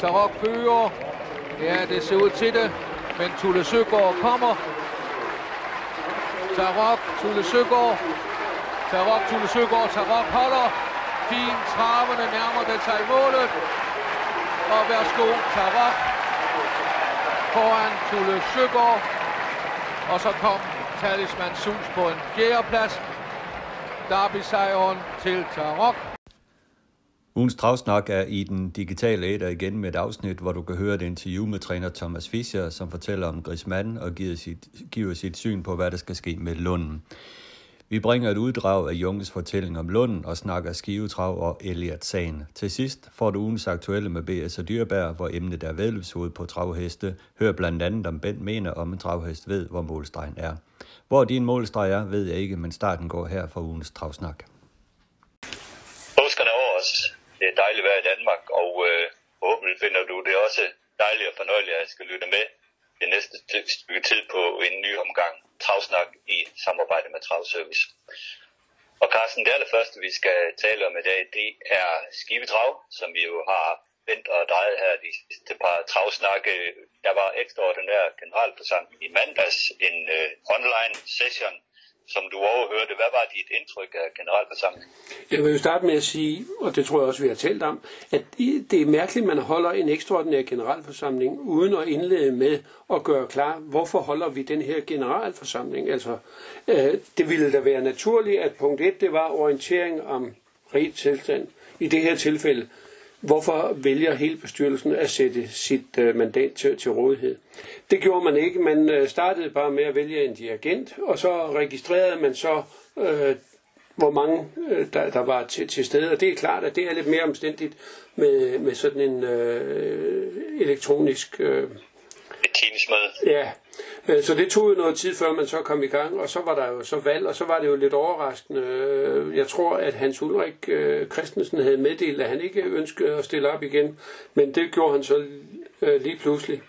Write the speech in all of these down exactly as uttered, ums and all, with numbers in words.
Tarok fører. Ja, det ser ud til det. Men Tulle Søgaard kommer. Tarok, Tulle Søgaard. Tarok, Tulle Søgaard. Tarok holder. Fint traverne nærmer det sig i målet. Og værsgo, Tarok foran Tulle Søgaard. Og så kom Talisman Sus på en fjerdeplads. Derby-sejren til Tarok. Ugens travsnak er i den digitale æter igen med et afsnit, hvor du kan høre et interview med træner Thomas Fischer, som fortæller om Griezmann og giver sit, giver sit syn på, hvad der skal ske med Lunden. Vi bringer et uddrag af Junges fortælling om Lunden og snakker skivetrav og Elliot-sagen. Til sidst får du ugens aktuelle med B S og Dyreberg, hvor emnet er væddeløbshoved på travheste. Hør blandt andet om Bent mener, om en travhest ved, hvor målstregen er. Hvor din målstreg er, ved jeg ikke, men starten går her fra ugens travsnak. Påsken er over os. Det er dejligt at være i Danmark, og øh, forhåbentlig finder du det også dejligt og fornøjeligt, at jeg skal lytte med det næste stykke tid på en ny omgang travsnak i samarbejde med Travservice. Og Carsten, det allerførste, vi skal tale om i dag, det er Skivetrav, som vi jo har vendt og drejet her de sidste par travsnakke. Der var ekstraordinær generalforsamling i mandags, en øh, online session, som du overhørte. Hvad var dit indtryk af generalforsamlingen? Jeg vil jo starte med at sige, og det tror jeg også, vi har talt om, at det er mærkeligt, at man holder en ekstraordinær generalforsamling, uden at indlede med at gøre klar, hvorfor holder vi den her generalforsamling. Altså, øh, det ville da være naturligt, at punkt et, det var orientering om rigets tilstand. I det her tilfælde, hvorfor vælger hele bestyrelsen at sætte sit øh, mandat til, til rådighed. Det gjorde man ikke. Man øh, startede bare med at vælge en dirigent, og så registrerede man så, øh, hvor mange øh, der, der var til, til stede. Og det er klart, at det er lidt mere omstændigt med, med sådan en øh, elektronisk øh, teamsmøde. Ja, så det tog jo noget tid, før man så kom i gang, og så var der jo så valg, og så var det jo lidt overraskende. Jeg tror, at Hans Ulrik Christensen havde meddelt, at han ikke ønskede at stille op igen, men det gjorde han så lige pludselig.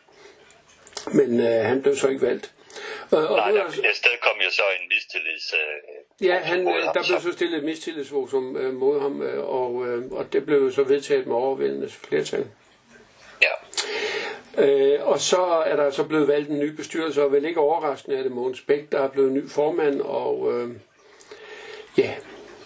Men øh, han blev så ikke valgt. Og, og Nej, der sted kom jo så en mistillids... Øh, ja, han, der blev så stillet et mistillidsvotum øh, mod ham, øh, og, øh, og det blev så vedtaget med overvældende flertal. Ja. Øh, og så er der så blevet valgt en ny bestyrelse, og vel ikke overraskende er det Mogens Bæk, der er blevet ny formand, og øh, ja,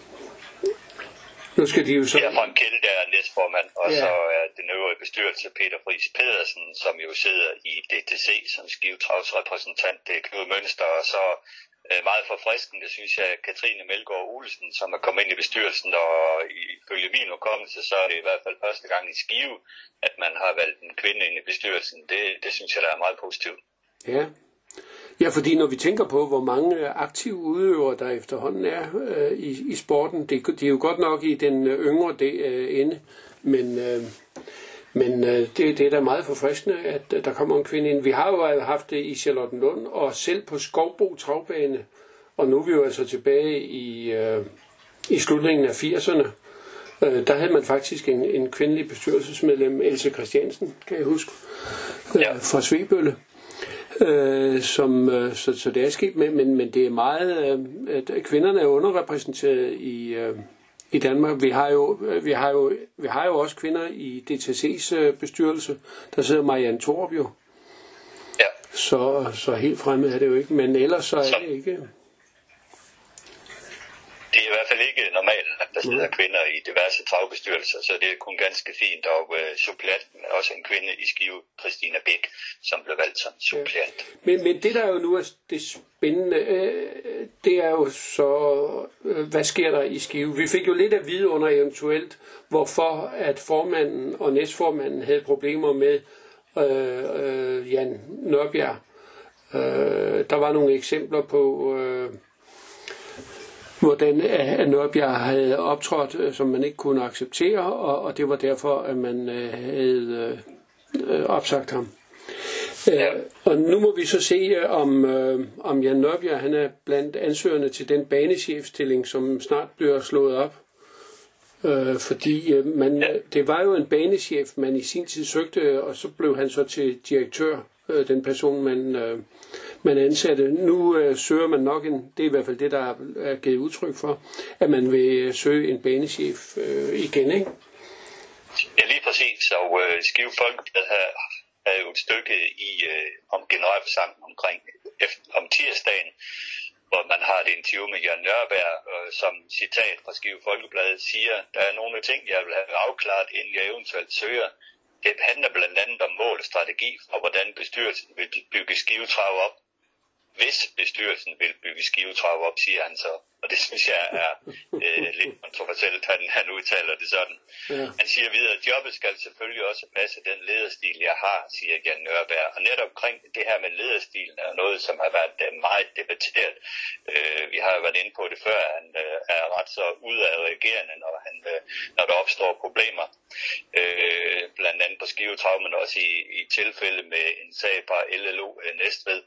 nu skal de jo så... Ja, Frank Kjeld, der er næstformand, og ja. Så er den øvrige bestyrelse Peter Friis Pedersen, som jo sidder i D T C som Skivetravs repræsentant. Det er Knud Mønster, og så øh, meget forfriskende, synes jeg, Katrine Melgaard Olsen, som er kommet ind i bestyrelsen, og ifølge min hukommelse, så er det i hvert fald første gang i Skive, at man har valgt en kvinde ind i bestyrelsen. Det, det synes jeg, der er meget positivt. Ja. Ja, fordi når vi tænker på, hvor mange aktive udøvere der efterhånden er øh, i, i sporten, det, de er jo godt nok i den yngre del, øh, ende, men, øh, men øh, det, det er da meget forfriskende, at øh, der kommer en kvinde ind. Vi har jo haft det i Charlottenlund, og selv på Skovbo Travbane, og nu er vi jo altså tilbage i, øh, i slutningen af firserne, øh, der havde man faktisk en, en kvindelig bestyrelsesmedlem, Else Christiansen, kan jeg huske, øh, ja. fra Svebølle. Øh, som, øh, så, så det er sket med, men, men det er meget, øh, at kvinderne er underrepræsenteret i, øh, i Danmark. Vi har, jo, vi, har jo, vi har jo også kvinder i D T C's øh, bestyrelse. Der sidder Marianne Thorup jo. Ja. Så, så helt fremme er det jo ikke, men ellers så er så, det ikke. Det er i hvert fald ikke normalt, at der sidder ja. kvinder i diverse travbestyrelser, så det er kun ganske fint. Og uh, suppleanten er også en kvinde i Skive, Christina Bæk, som blev valgt som suppleant. Ja. Men, men det der jo nu er det spændende, øh, det er jo så, øh, hvad sker der i Skive? Vi fik jo lidt at vide under eventuelt, hvorfor at formanden og næstformanden havde problemer med øh, øh, Jan Nørbjerg. Øh, der var nogle eksempler på... Øh, hvordan Nørbjerg havde optrådt, som man ikke kunne acceptere, og, og det var derfor, at man øh, havde øh, opsagt ham. Ja. Øh, og nu må vi så se, om, øh, om Jan Nørbjerg han er blandt ansøgerne til den banechefstilling, som snart bliver slået op. Øh, fordi øh, man, ja. det var jo en banechef, man i sin tid søgte, og så blev han så til direktør, øh, den person, man... Øh, man ansatte. Nu øh, søger man nok en, det er i hvert fald det, der er givet udtryk for, at man vil søge en banechef øh, igen, ikke? Ja, lige præcis. præcis. Og uh, Skive Folkeblad havde, havde jo et stykke i, uh, om generalforsamlingen omkring efter, om tirsdagen, hvor man har et interview med Jan Nørberg, uh, som citat fra Skive Folkeblad siger, der er nogle ting, jeg vil have afklaret, inden jeg eventuelt søger. Det handler blandt andet om mål og strategi for, hvordan bestyrelsen vil bygge Skive Trav op. Hvis bestyrelsen vil bygge Skive Trav op, siger han så. Og det synes jeg er øh, lidt kontroversielt, han, han udtaler det sådan. Ja. Han siger videre, at jobbet skal selvfølgelig også passe den lederstil, jeg har, siger Jan Nørberg. Og netop omkring det her med lederstilen er noget, som har været meget debatteret. Øh, vi har jo været inde på det før, han øh, er ret så udadreagerende, når, han, øh, når der opstår problemer. Øh, blandt andet på Skive Trav, men også i, i tilfælde med en sag fra L L O øh, Næstved.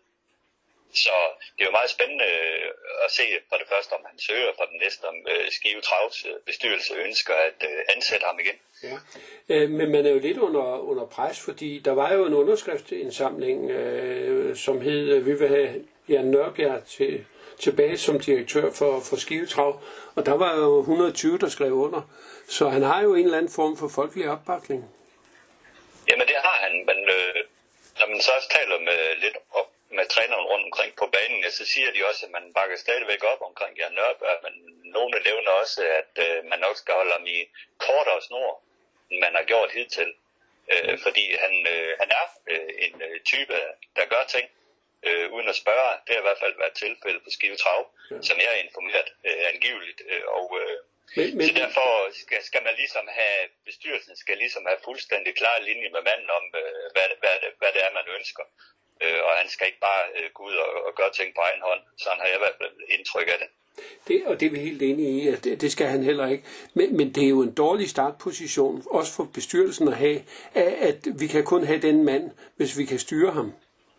Så det er jo meget spændende at se for det første, om han søger, for den næste, om Skive Travs bestyrelse ønsker at ansætte ham igen. Ja, øh, men man er jo lidt under, under pres, fordi der var jo en underskriftsindsamling, øh, som hed, vi vil have Jan Nørberg til, tilbage som direktør for, for Skive Trav, og der var jo et hundrede og tyve, der skrev under, så han har jo en eller anden form for folkelig opbakning. Jamen det har han, men øh, når man så også taler med lidt op, med træneren rundt omkring på banen, så siger de også, at man bakker stadigvæk op omkring Jan Nørberg, men nogle nævner også, at øh, man nok skal holde ham i kortere snor, end man har gjort hidtil. Øh, fordi han, øh, han er øh, en øh, type, der gør ting, øh, uden at spørge. Det har i hvert fald været tilfældet på Skive Trav, ja. Som jeg er informeret øh, angiveligt. Øh, og øh, men, men... Så derfor skal, skal man ligesom have, bestyrelsen skal ligesom have fuldstændig klar linje med manden om, øh, hvad, hvad, hvad det er, man ønsker. Øh, og han skal ikke bare øh, gå ud og, og gøre ting på egen hånd. Sådan har jeg i hvert fald indtryk af det. det. Og det er vi helt enige i, at det, det skal han heller ikke. Men, men det er jo en dårlig startposition, også for bestyrelsen at have, at vi kan kun have den mand, hvis vi kan styre ham.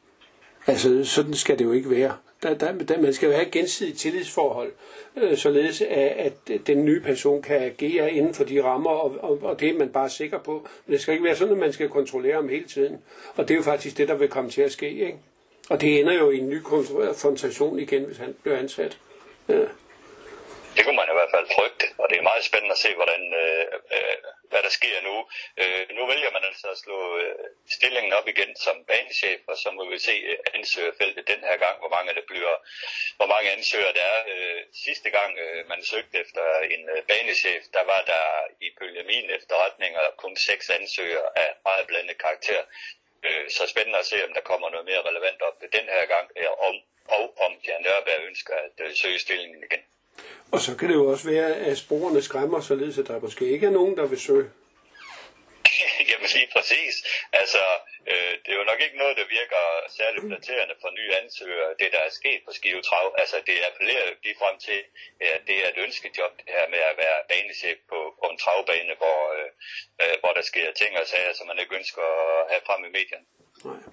Altså, sådan skal det jo ikke være. Der, der, der, man skal jo have et gensidigt tillidsforhold, øh, således at, at den nye person kan agere inden for de rammer, og, og, og det er man bare sikker på. Men det skal ikke være sådan, at man skal kontrollere ham hele tiden. Og det er jo faktisk det, der vil komme til at ske, ikke? Og det ender jo i en ny konfrontation igen, hvis han bliver ansat. Ja. Det kunne man i hvert fald frygte, og det er meget spændende at se, hvordan, øh, øh, hvad der sker nu. Øh, nu vælger man altså at slå øh, stillingen op igen som banechef, og så må vi se ansøgerfeltet den her gang, hvor mange der bliver, hvor mange ansøgere der er. Øh, sidste gang øh, man søgte efter en øh, banechef, der var der ifølge mine efterretninger kun seks ansøgere af meget blandet karakter. Øh, så spændende at se, om der kommer noget mere relevant op den her gang, øh, om, og om Jan Nørberg ønsker at øh, søge stillingen igen. Og så kan det jo også være, at sporene skræmmer, således at der måske ikke er nogen, der vil søge. Jamen lige præcis. Altså, øh, det er jo nok ikke noget, der virker særligt flatterende for nye ansøgere, det der er sket på Skive Trav. Altså, det appellerer lige frem til, at det er et ønskejob, det her med at være banechef på, på en travbane, hvor, øh, hvor der sker ting og sager, som man ikke ønsker at have frem i medierne. Nej.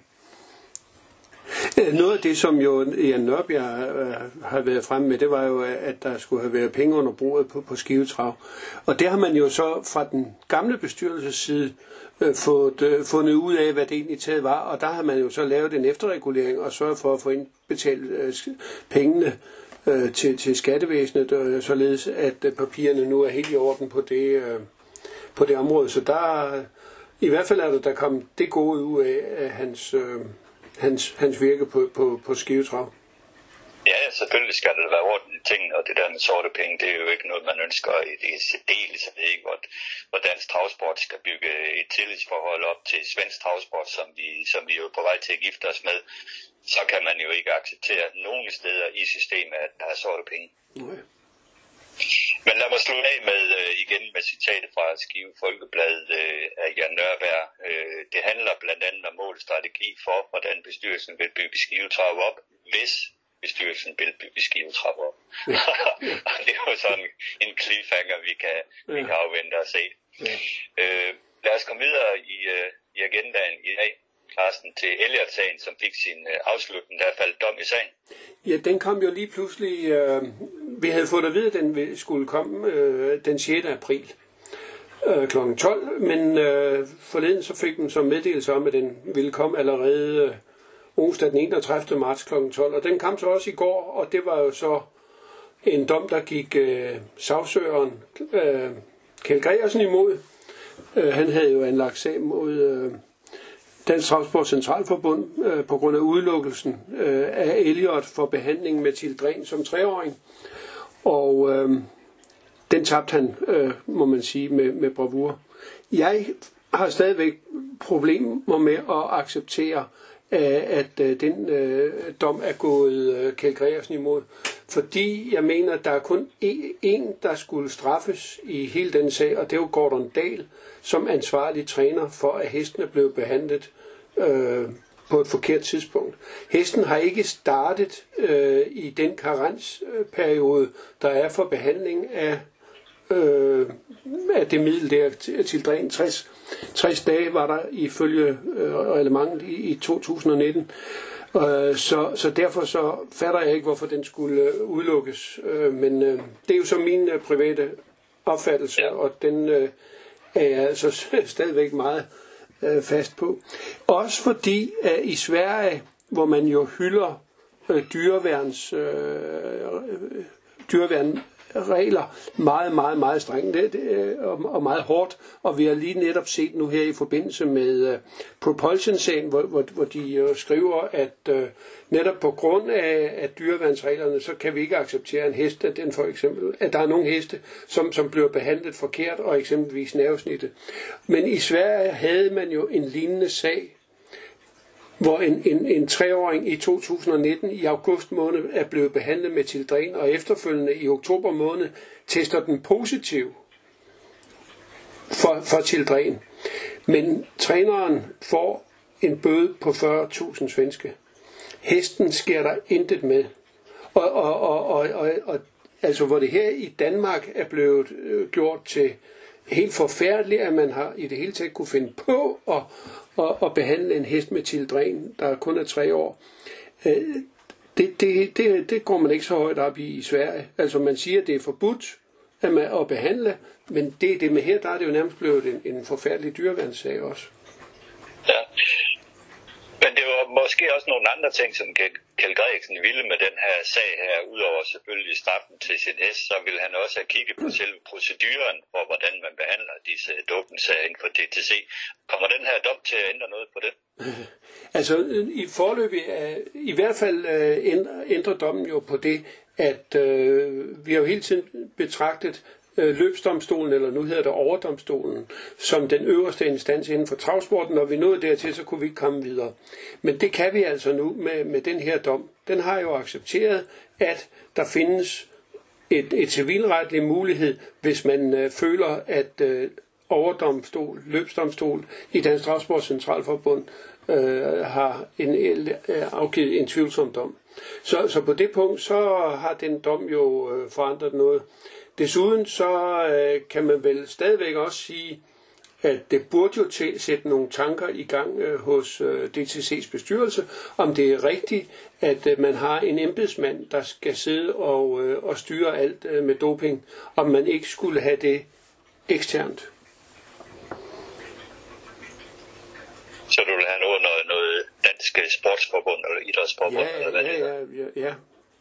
Noget af det, som jo Jan Nørberg øh, har været fremme med, det var jo, at der skulle have været penge under bordet på, på Skive Trav. Og det har man jo så fra den gamle bestyrelses side øh, fået, øh, fundet ud af, hvad det egentlig taget var. Og der har man jo så lavet en efterregulering og sørget for at få indbetalt øh, pengene øh, til, til skattevæsenet, øh, således at øh, papirerne nu er helt i orden på det, øh, på det område. Så der øh, i hvert fald er der, der kom det gode ud af, af hans... Øh, Hans, hans virke på, på, på Skive Trav. Ja, selvfølgelig skal det være ordentligt ting, og det der med sorte penge, det er jo ikke noget, man ønsker i det særdeles, ikke, hvor, hvor dansk travsport skal bygge et tillidsforhold op til svensk travsport, som vi, som vi er jo på vej til at gifte os med, så kan man jo ikke acceptere nogen steder i systemet, at der er sorte penge. Okay. Men lad mig slutte af med uh, igen med citatet fra Skive Folkeblad uh, af Jan Nørberg. Uh, det handler blandt andet om mål og strategi for, hvordan bestyrelsen vil bygge Skive Trav op, hvis bestyrelsen vil bygge Skive Trav op. Ja. Og det er jo sådan en cliffhanger, vi kan, ja. vi kan afvente og se. Ja. Uh, lad os komme videre i, uh, i agendaen i dag. Carsten, til Elliot-sagen, som fik sin uh, afslutning, der faldt dom i sagen. Ja, den kom jo lige pludselig... Øh, vi havde fået at vide, at den skulle komme øh, den sjette april øh, klokken tolv, men øh, forleden så fik den så meddelelse om, at den ville komme allerede øh, onsdag den enogtredivte marts klokken tolv, og den kom så også i går, og det var jo så en dom, der gik øh, sagsøgeren øh, Kjeld Gregersen imod, Øh, han havde jo anlagt sag mod øh, Dansk Travsport Centralforbund øh, på grund af udelukkelsen øh, af Elliot for behandling med Tildren som treåring. Og øh, den tabte han, øh, må man sige, med, med bravur. Jeg har stadigvæk problemer med at acceptere, at den øh, dom er gået øh, Kjeld Gregersen imod. Fordi jeg mener, at der er kun én, der skulle straffes i hele den sag, og det er jo Gordon Dahl, som ansvarlig træner for, at hesten er blevet behandlet øh, på et forkert tidspunkt. Hesten har ikke startet øh, i den karensperiode, der er for behandling af Øh, af det middel der til dræn. tres, tres dage var der ifølge øh, reglementet i, i to tusind nitten. Øh, så, så derfor så fatter jeg ikke, hvorfor den skulle øh, udelukkes. Øh, men øh, det er jo så min øh, private opfattelse, ja. Og den øh, er jeg altså stadigvæk meget øh, fast på. Også fordi at i Sverige, hvor man jo hylder øh, dyreværns øh, dyreværn regler meget, meget, meget strenge det, det, og, og meget hårdt, og vi har lige netop set nu her i forbindelse med uh, Propulsion-sagen, hvor, hvor, hvor de uh, skriver, at uh, netop på grund af, af dyreværnsreglerne, så kan vi ikke acceptere en hest, at, den for eksempel, at der er nogle heste, som, som bliver behandlet forkert, og eksempelvis nervesnittet. Men i Sverige havde man jo en lignende sag, hvor en, en, en treåring i to tusind nitten i august måned er blevet behandlet med Tildren, og efterfølgende i oktober måned tester den positiv for, for Tildren. Men træneren får en bøde på fyrre tusind svenske. Hesten sker der intet med. Og, og, og, og, og, og altså hvor det her i Danmark er blevet øh, gjort til helt forfærdeligt, at man har i det hele taget kunne finde på at og, og behandle en hest med Tildren, der kun er tre år. Det, det, det, det går man ikke så højt op i i Sverige. Altså man siger, at det er forbudt at, man, at behandle, men det, det med her, der er det jo nærmest blevet en, en forfærdelig dyreværnssag også. Ja. Men det var måske også nogle andre ting, som Kjeld Gregersen ville med den her sag her, udover selvfølgelig straffen til sin hest, så ville han også have kigget på selve proceduren for, hvordan man behandler disse dopingsager inden for D T C. Kommer den her dom til at ændre noget på det? Altså i forløbet, i hvert fald ændrer dommen jo på det, at øh, vi har jo hele tiden betragtet løbsdomstolen, eller nu hedder det overdomstolen, som den øverste instans inden for travsporten. Når vi nåede dertil, så kunne vi ikke komme videre. Men det kan vi altså nu med, med den her dom. Den har jo accepteret, at der findes et, et civilretlig mulighed, hvis man øh, føler, at øh, overdomstol, løbsdomstol i Dansk Travsport Centralforbund øh, har en, øh, afgivet en tvivlsom dom. Så, så på det punkt, så har den dom jo øh, forandret noget. Desuden så øh, kan man vel stadigvæk også sige, at det burde jo til sætte nogle tanker i gang øh, hos øh, D T C's bestyrelse, om det er rigtigt, at øh, man har en embedsmand, der skal sidde og, øh, og styre alt øh, med doping, om man ikke skulle have det eksternt. Så du vil have noget, noget, noget dansk sportsforbund eller idrætsforbund? Ja, eller hvad ja, det ja, ja, ja.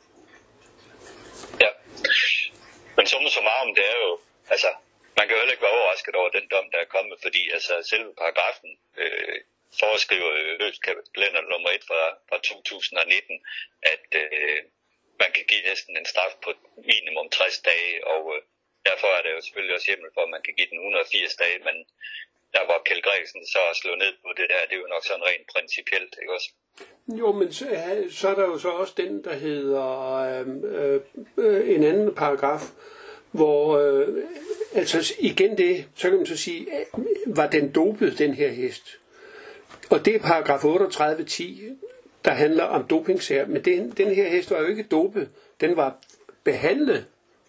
Ja. Men summa summarum, det er jo, altså, man kan jo heller ikke være overrasket over den dom, der er kommet, fordi altså selve paragrafen øh, foreskriver løbskalender nummer et fra, fra to tusind nitten, at øh, man kan give næsten en straf på minimum tres dage, og øh, derfor er det jo selvfølgelig også hjemmel for, at man kan give den et hundrede og firs dage, men der hvor Kjeld Gregersen så slået ned på det der, det er jo nok sådan rent principielt, ikke også? Jo, men så, så er der jo så også den, der hedder øh, øh, en anden paragraf, hvor, øh, altså igen det, så kan man så sige, var den dopet, den her hest? Og det er paragraf otteogtredive ti, der handler om dopingsager, men den, den her hest var jo ikke dopet, den var behandlet.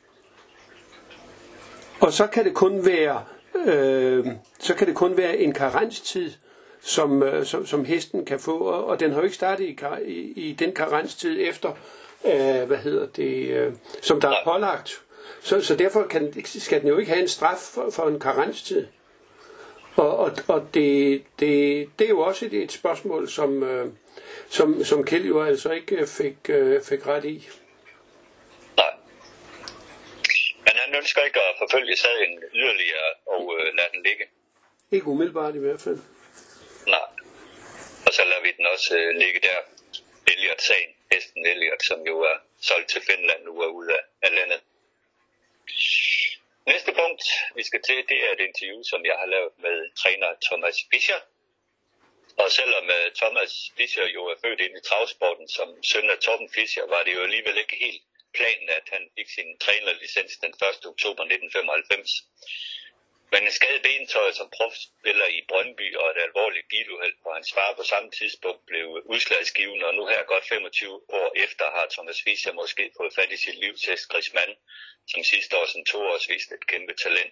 Og så kan det kun være, øh, så kan det kun være en karenstid, som, som, som hesten kan få, og den har jo ikke startet i, i, i den karenstid efter, øh, hvad hedder det, øh, som der er pålagt. Så, så derfor kan, skal den jo ikke have en straf for, for en karenstid. Og, og, og det, det, det er jo også et, et spørgsmål, som, øh, som, som Kjeld jo altså ikke fik, øh, fik ret i. Nej. Men han ønsker ikke at forfølge sagen yderligere og øh, lade den ligge. Ikke umiddelbart i hvert fald. Nej. Og så lader vi den også øh, ligge der. Elliot-sagen, hesten Elliot, som jo er solgt til Finland nu og ud af, af landet. Næste punkt, vi skal til, det er et interview, som jeg har lavet med træner Thomas Fischer. Og selvom uh, Thomas Fischer jo er født ind i travsporten som søn af Torben Fischer, var det jo alligevel ikke helt planen, at han fik sin trænerlicens den første oktober nitten femoghalvfems. Men en skadet bentøj som profspiller i Brøndby og et alvorligt biluheld på hans far på samme tidspunkt blev udslagsgivende, og nu her godt femogtyve år efter har Thomas Fischer måske fået fat i sit livshest Chris Mann, som sidste år som to års viste et kæmpe talent.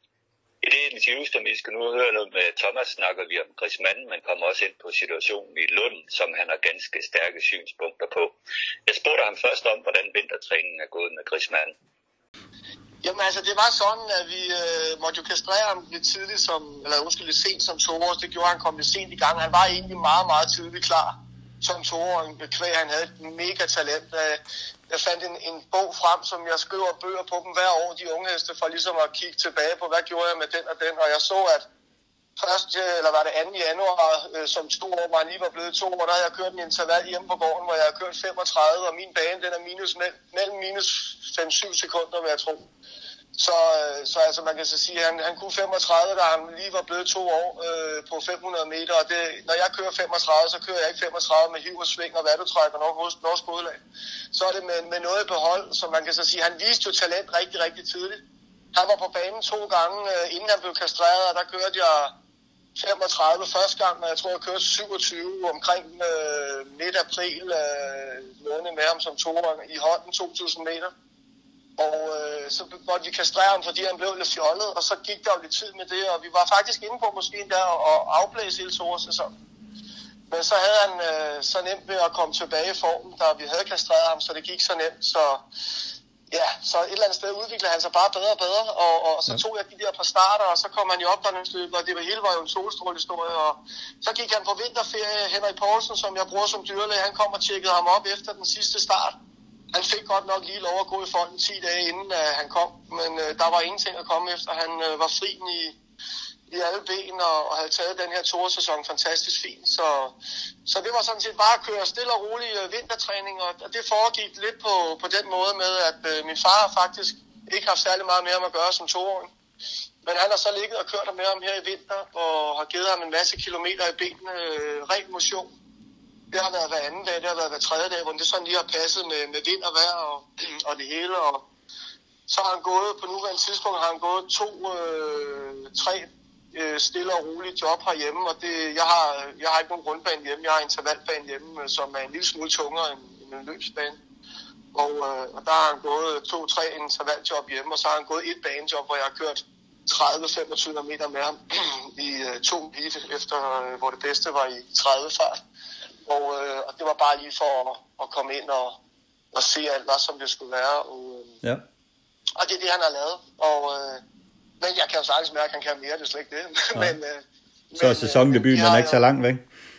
I det interview, som vi skal nu høre noget med Thomas, snakker vi om Chris Mann, men kommer også ind på situationen i Lund, som han har ganske stærke synspunkter på. Jeg spurgte ham først om, hvordan vintertræningen er gået med Chris Mann. Jamen altså, det var sådan, at vi øh, måtte jo kastrere ham lidt tidligt som, eller undskyld, lidt sent som toårs. Det gjorde han kom lidt sent i gang. Han var egentlig meget, meget tidligt klar som toåring. Kvæg, han havde et mega talent. Jeg fandt en, en bog frem, som jeg skriver bøger på dem hver år, de unge heste, for ligesom at kigge tilbage på, hvad gjorde jeg med den og den. Og jeg så, at først, eller var det anden januar, øh, som to år, hvor han lige var blevet to år, der havde jeg kørt en interval hjemme på gården, hvor jeg har kørt femogtredive, og min bane, den er minus, mellem minus fem til syv sekunder, vil jeg tro. Så, så altså man kan så sige, at han, han kunne femogtredive, da han lige var blevet to år øh, på fem hundrede meter. Og det, når jeg kører femogtredive, så kører jeg ikke femogtredive med hiv og sving og hvad du trækker nok hos norsk hovedlag. Så er det med, med noget behold, så man kan så sige, han viste jo talent rigtig, rigtig tidligt. Han var på banen to gange, øh, inden han blev kastreret, og der kørte jeg femogtredive første gang, og jeg tror, jeg kørte syvogtyve omkring øh, midt april øh, måned med ham som toåring i hånden to tusind meter. Og øh, så måtte vi kastrere ham, fordi han blev lidt fjollet, og så gik der jo lidt tid med det, og vi var faktisk inde på måske der og afblæse hele toårssæsonen. Men så havde han øh, så nemt ved at komme tilbage i formen, da vi havde kastreret ham, så det gik så nemt. Så ja, så et eller andet sted udviklede han sig bare bedre og bedre, og, og så tog jeg de der par starter, og så kom han jo op der nogle stykker, og det hele var jo en solstrålehistorie, og så gik han på vinterferie. Henrik Poulsen, som jeg bruger som dyrlæge, han kom og tjekkede ham op efter den sidste start. Han fik godt nok lige lov at gå i folden ti dage inden uh, han kom, men uh, der var ingenting at komme efter. Han uh, var fri i, i alle ben og, og havde taget den her toårssæson fantastisk fint. Så, så det var sådan set bare at køre stille og rolig uh, vintertræning, og, og det foregik lidt på, på den måde med, at uh, min far faktisk ikke haft særlig meget med ham at gøre som toåring. Men han har så ligget og kørt med ham her i vinter og har givet ham en masse kilometer i benene, uh, ren motion. Det har været hver anden dag, det har været hver tredje dag, hvor det sådan lige har passet med, med vind og vejr og, og det hele. Og så har han gået, på nuværende tidspunkt har han gået to, øh, tre øh, stille og rolige job herhjemme. Og det, jeg, har, jeg har ikke nogen rundbane hjemme, jeg har en intervalbane hjemme, som er en lille smule tungere end, end en løbsbane. Og, øh, og der har han gået to-tre intervaljob hjemme, og så har han gået et banejob, hvor jeg har kørt tredive til femogtyve meter med ham i øh, to heat, efter øh, hvor det bedste var i tredive fart. Og, øh, og det var bare lige for at, at komme ind og, og se alt, hvad som det skulle være. Og, øh, ja. Og det er det, han har lavet. Og, øh, men jeg kan jo sagtens mærke, at han kan mere, det er slet ikke det. men, øh, så er sæsondebuten, øh, den er ikke så langt væk?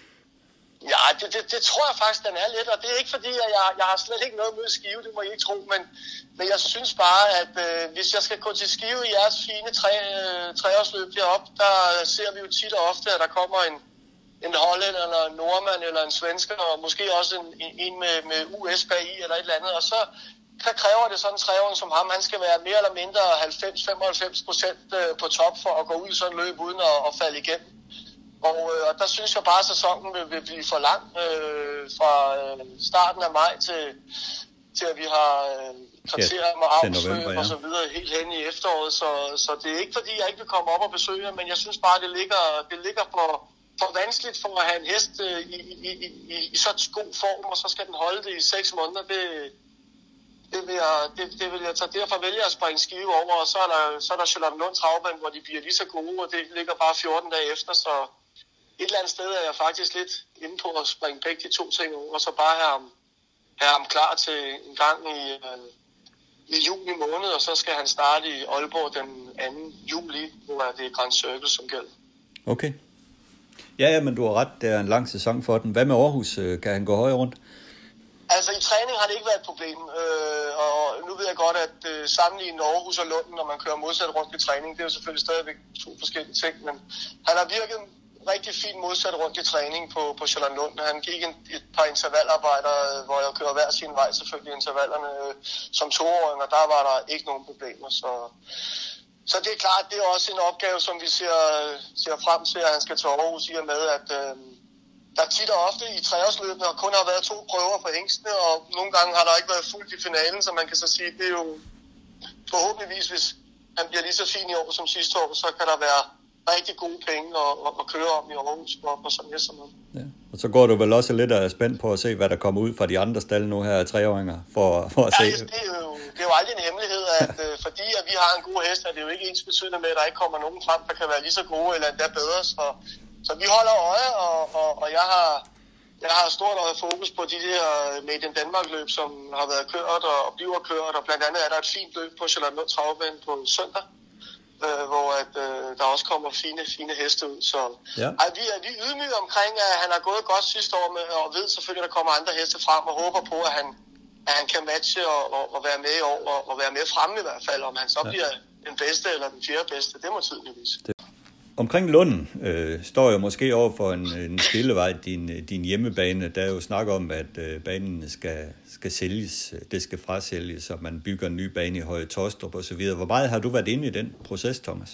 Ja, det, det, det tror jeg faktisk, den er lidt. Og det er ikke fordi, at jeg, jeg har slet ikke noget med Skive, det må I ikke tro. Men, men jeg synes bare, at øh, hvis jeg skal gå til Skive i jeres fine tre, øh, treårsløb deroppe, der ser vi jo tit og ofte, at der kommer en en hollænder, eller en nordmand, eller en svensker, og måske også en, en med, med U S bag i, eller et eller andet. Og så, så kræver det sådan en treåring som ham, han skal være mere eller mindre halvfems til femoghalvfems procent på top for at gå ud i sådan en løb, uden at, at falde igennem. Og, og der synes jeg bare, at sæsonen vil, vil blive for lang øh, fra øh, starten af maj til, til at vi har øh, kriterium og afsløb ja. og så videre helt hen i efteråret. Så, så det er ikke fordi, jeg ikke vil komme op og besøge, men jeg synes bare, at det ligger, det ligger på for vanskeligt for at have en hest øh, i, i, i, i, i så god form, og så skal den holde det i seks måneder. Det, det, vil jeg, det, det vil jeg tage. Derfor vælger jeg at springe Skive over, og så er der, så er der Charlottenlund Travbane, hvor de bliver lige så gode, og det ligger bare fjorten dage efter, så et eller andet sted er jeg faktisk lidt inde på at springe begge de to ting over, og så bare have ham, have ham klar til en gang i, øh, i juni måned, og så skal han starte i Aalborg den anden juli, hvor det er Grand Circle som gælder. Okay. Ja, ja, men du har ret, det er en lang sæson for den. Hvad med Aarhus? Kan han gå højere rundt? Altså i træning har det ikke været et problem, øh, og nu ved jeg godt, at øh, sammenligne Aarhus og Lund, når man kører modsat rundt i træning, det er jo selvfølgelig stadigvæk to forskellige ting, men han har virket rigtig fint modsat rundt i træning på, på Charlottenlund. Han gik en, et par intervallarbejder, hvor jeg kører hver sin vej, selvfølgelig intervallerne øh, som toåring, og der var der ikke nogen problemer, så... Så det er klart, det er også en opgave, som vi ser, ser frem til, at han skal til Aarhus, i og med, at øh, der tit og ofte i treårsløbene og kun har været to prøver på hængstene, og nogle gange har der ikke været fuldt i finalen, så man kan så sige, det er jo forhåbentligvis, hvis han bliver lige så fin i år som sidste år, så kan der være rigtig gode penge at, at, at køre om i Aarhus på, på sådan næste måde. Ja. Og så går du vel også lidt af spændt på at se, hvad der kommer ud fra de andre stalle nu her af treåringer, for, for at ja, se. Det er, jo, det er jo aldrig en hemmelighed, at øh, fordi at vi har en god hest, er det jo ikke ens betydende med, at der ikke kommer nogen frem, der kan være lige så gode eller endda bedre. Så, så vi holder øje, og, og, og jeg har jeg har stort fokus på de der Made in Danmark løb, som har været kørt og, og bliver kørt, og blandt andet er der et fint løb på Charlottenlund Travbane på søndag, øh, hvor at, øh, der også kommer fine, fine heste ud. Så ja. ej, vi, er, vi er ydmyge omkring, at han har gået godt sidste år, med, og ved selvfølgelig, at der kommer andre heste frem, og håber på, at han, at han kan matche og, og, og være med i år, og, og være med fremme i hvert fald. Om han så ja. bliver den bedste eller den fjerde bedste, det må tiden jo vise. Det. Omkring Lunden øh, står jo måske over for en, en stillevej, din, din hjemmebane. Der er jo snak om, at øh, banen skal, skal sælges, det skal frasælges, og man bygger en ny bane i Høje Taastrup og så videre. Hvor meget har du været inde i den proces, Thomas?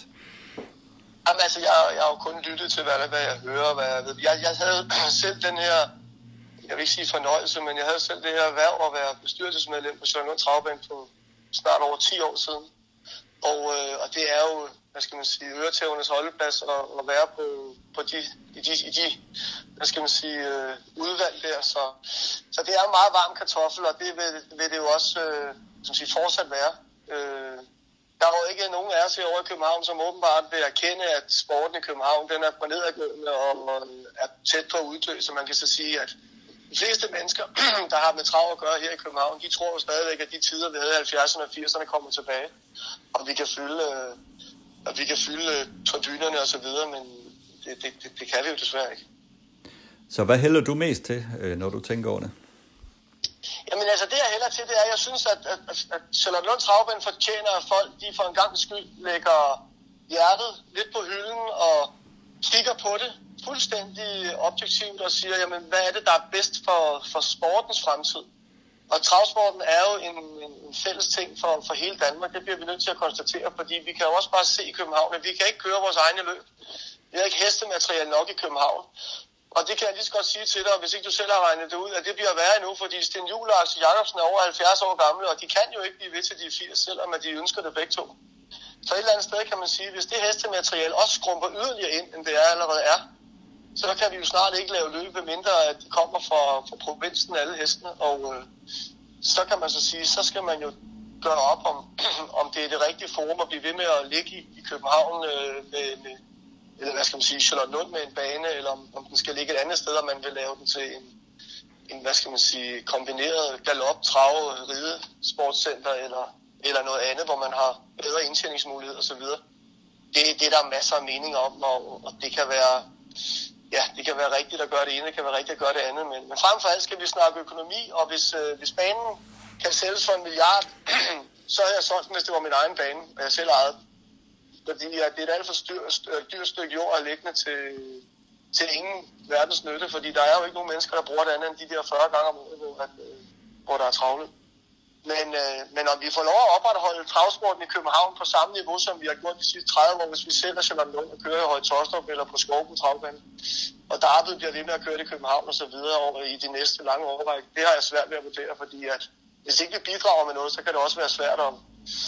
Jamen altså, jeg, jeg har jo kun lyttet til, hvad, hvad jeg hører, hvad jeg ved. Jeg, jeg havde selv den her, jeg vil ikke sige fornøjelse, men jeg havde selv det her erhverv at være bestyrelsesmedlem på Charlottenlund Travbane for snart over ti år siden. Og, øh, og det er jo, hvad skal man sige, øretævernes holdeplads at, at være på, på de, i, de, i de, hvad skal man sige, øh, udvalg der. Så, så det er en meget varm kartoffel, og det vil, vil det jo også øh, som sige, fortsat være. Øh, der er jo ikke nogen af os herovre i København, som åbenbart vil erkende, at sporten i København den er på nedadgående og, og er tæt på at uddø. Så man kan så sige, at de fleste mennesker, der har med trav at gøre her i København, de tror jo stadigvæk, at de tider, vi havde i halvfjerdserne og firserne, kommer tilbage. Og vi kan fylde, øh, og vi kan fylde tribunerne og så videre, men det, det, det, det kan vi jo desværre ikke. Så hvad hælder du mest til, når du tænker over det? Jamen altså, det jeg hælder til, det er, at jeg synes, at, at, at Charlottenlund Travbane fortjener, at folk, de for en gang skyld lægger hjertet lidt på hylden og kigger på det fuldstændig objektivt og siger, jamen, hvad er det, der er bedst for, for sportens fremtid? Og travsporten er jo en, en, en fælles ting for, for hele Danmark. Det bliver vi nødt til at konstatere, fordi vi kan jo også bare se i København, at vi kan ikke køre vores egne løb. Vi har ikke hestemateriale nok i København. Og det kan jeg lige så godt sige til dig, hvis ikke du selv har regnet det ud, at det bliver værre endnu, fordi Sten Juhl og Axel Jacobsen er over halvfjerds år gamle, og de kan jo ikke blive ved til de firs, selvom at de ønsker det begge to. Så et eller andet sted kan man sige, at hvis det hestemateriale også skrumper yderligere ind, end det er allerede er, så kan vi jo snart ikke lave løb, mindre at de kommer fra, fra provinsen, alle hestene. Og øh, så kan man så sige, så skal man jo gøre op, om, om det er det rigtige forum at blive ved med at ligge i, i København øh, med, med, eller hvad skal man sige, Charlottenlund med en bane, eller om, om den skal ligge et andet sted, og man vil lave den til en, en hvad skal man sige, kombineret galop, trav, ride, sportscenter, eller, eller noget andet, hvor man har bedre indtjeningsmuligheder osv. Det, det er der masser af meninger om, og, og det kan være, ja, det kan være rigtigt at gøre det ene, det kan være rigtigt at gøre det andet, men, men frem for alt skal vi snakke økonomi, og hvis, øh, hvis banen kan sælges for en milliard, så er jeg solgt, hvis det var min egen bane, og jeg selv ejede. Fordi ja, det er et alt for dyrt stykke jord at liggende til, til ingen verdens nytte, fordi der er jo ikke nogen mennesker, der bruger det andet end de der fyrre gange om året, hvor, hvor der er travlet. Men, øh, men om vi får lov at opretholde travsporten i København på samme niveau, som vi har gjort de sidste tredive år, hvis vi sælger Charlottenlund og kører i Høje Taastrup eller på Skovbo Travbane, og Darby bliver ved med at køre det i København og så videre over i de næste lange årrække, det har jeg svært ved at vurdere, fordi at hvis ikke vi bidrager med noget, så kan det også være svært at,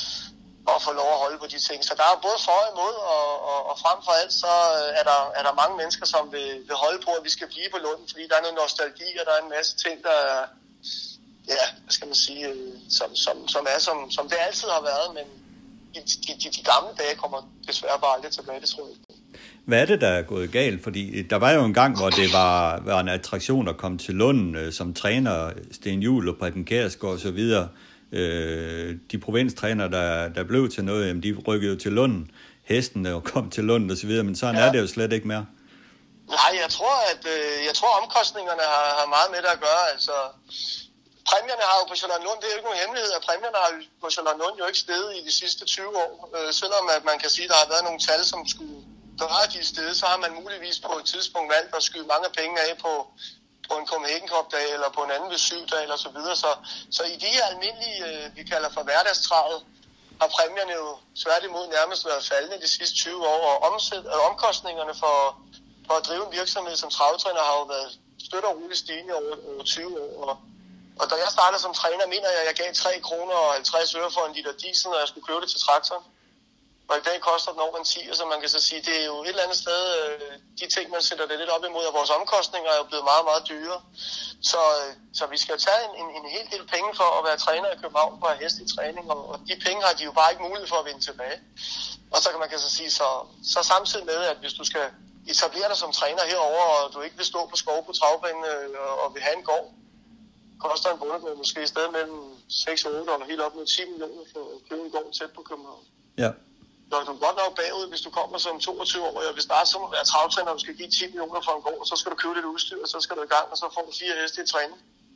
at få lov at holde på de ting. Så der er både for og imod, og, og, og frem for alt så er der, er der mange mennesker, som vil, vil holde på, at vi skal blive på Lunden, fordi der er noget nostalgi, og der er en masse ting, der er, ja, hvad skal man sige, som, som, som er, som, som det altid har været, men de, de, de, de gamle dage kommer desværre bare aldrig tilbage, det tror jeg ikke. Hvad er det, der er gået galt? Fordi der var jo en gang, hvor det var, var en attraktion at komme til Lunden øh, som træner, Sten Juhl og Preben Kjærsgaard og så videre. Øh, de provinstræner, der, der blev til noget, jamen, de rykkede jo til Lunden, hestene og kom til Lunden og så videre, men sådan ja. er det jo slet ikke mere. Nej, jeg tror, at øh, jeg tror, omkostningerne har, har meget med det at gøre. Altså, præmierne har jo på Charlottenlund, det er jo ikke nogen hemmelighed, at præmierne har på Charlottenlund jo ikke steget i de sidste tyve år. Øh, selvom at man kan sige, at der har været nogle tal, som skulle gøre de steder, så har man muligvis på et tidspunkt valgt at skyde mange penge af på, på en Copenhagen Cup-dag, eller på en anden ved syv-dag, eller så videre. Så, så i de her almindelige, øh, vi kalder for hverdagstravet, har præmierne jo tværtimod nærmest været faldende de sidste tyve år, og omsæt, og omkostningerne for, for at drive en virksomhed som travetræner har jo været støt og roligt stigende over, over tyve år. Og, og da jeg startede som træner, mener jeg, at jeg gav tre kroner og halvtreds øre for en liter diesel, når jeg skulle købe det til traktoren. Og i dag koster den over en ti, så man kan så sige, det er jo et eller andet sted, øh, de ting, man sætter det lidt op imod, at vores omkostninger er jo blevet meget, meget dyre. Så, øh, så vi skal tage en, en, en hel del penge for at være træner i København på at have hest i træning, og, og de penge har de jo bare ikke mulighed for at vinde tilbage. Og så kan man kan så sige, så, så samtidig med, at hvis du skal etablere dig som træner herover og du ikke vil stå på skov på travbanen øh, og vil have en gård, koster en bondegård måske i stedet mellem seks og otte og helt op mod ti millioner for at købe en gård tæt på København. Ja. Så du er godt nok bagud, hvis du kommer som toogtyve år, og vil starte som at være travtræner, og du skal give ti millioner for en gård, og så skal du købe lidt udstyr, og så skal du i gang, og så får du fire heste i træning,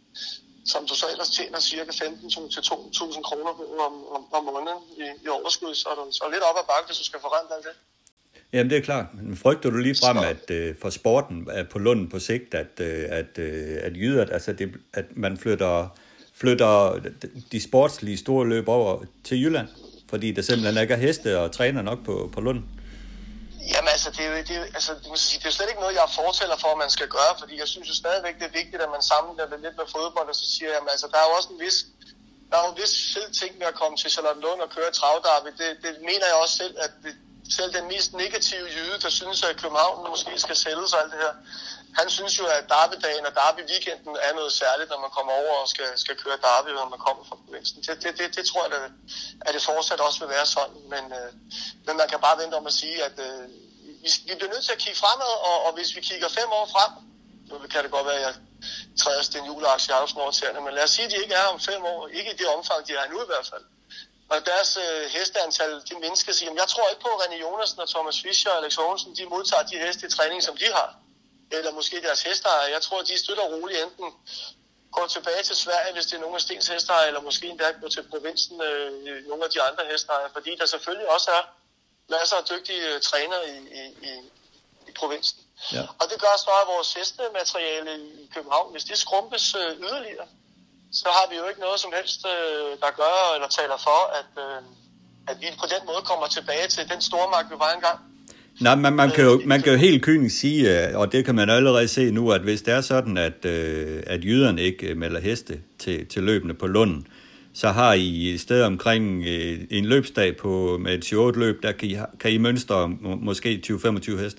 som du så ellers tjener cirka femten til to tusind kroner om, om, om måneden i, i overskud, så er du så lidt op ad bakke, hvis du skal forrente alt det. Jamen det er klart. Men frygter du lige frem, at øh, for sporten er på Lunden på sigt, at, øh, at, øh, at jyder, altså det, at man flytter, flytter de sportslige store løb over til Jylland? Fordi der simpelthen ikke er heste og træner nok på, på Lunden? Jamen altså, det er, jo, det, er, altså det, må sige, det er jo slet ikke noget, jeg er fortæller for, at man skal gøre, fordi jeg synes jo stadigvæk, det er vigtigt, at man sammenligner det lidt med fodbold, og så siger jeg, altså der er jo også en vis, der er jo en vis fed ting med at komme til Charlottenlund og køre travdarby. Det, det mener jeg også selv, at det, selv den mest negative jyde, der synes, at København måske skal sælges og alt det her, han synes jo, at derbydagen og derby-weekenden er noget særligt, når man kommer over og skal, skal køre derby, når man kommer fra provinsen. Det, det, det, det tror jeg, at det fortsat også vil være sådan. Men, øh, men man kan bare vente om at sige, at øh, vi, vi bliver nødt til at kigge fremad, og, og hvis vi kigger fem år frem, så kan det godt være, at jeg træder Sten Juhl-aktie i afsmårtagerne, men lad os sige, at de ikke er om fem år. Ikke i det omfang, de er nu i hvert fald. Og deres øh, hesteantal, de mindskes. Jeg tror ikke på, at René Jonasen og Thomas Fischer og Alex Haagensen, de modtager de heste i træning, som de har. Eller måske deres hesteejere. Jeg tror, de støtter roligt enten går tilbage til Sverige, hvis det er nogle af Stens hesteejere, eller måske endda går til provinsen, øh, nogle af de andre hesteejere. Fordi der selvfølgelig også er masser af dygtige øh, trænere i, i, i, i provinsen. Ja. Og det gør så, at vores hestemateriale i København, hvis det skrumpes øh, yderligere, så har vi jo ikke noget som helst, øh, der gør eller taler for, at, øh, at vi på den måde kommer tilbage til den stormagt, vi var engang. Nej, man, man, kan jo, man kan jo helt kynisk sige, og det kan man allerede se nu, at hvis det er sådan, at, øh, at jyderne ikke melder heste til, til løbende på Lunden, så har I et sted omkring øh, en løbsdag på, med et syv otte løb, der kan I, kan I mønstre må, måske tyve til femogtyve heste.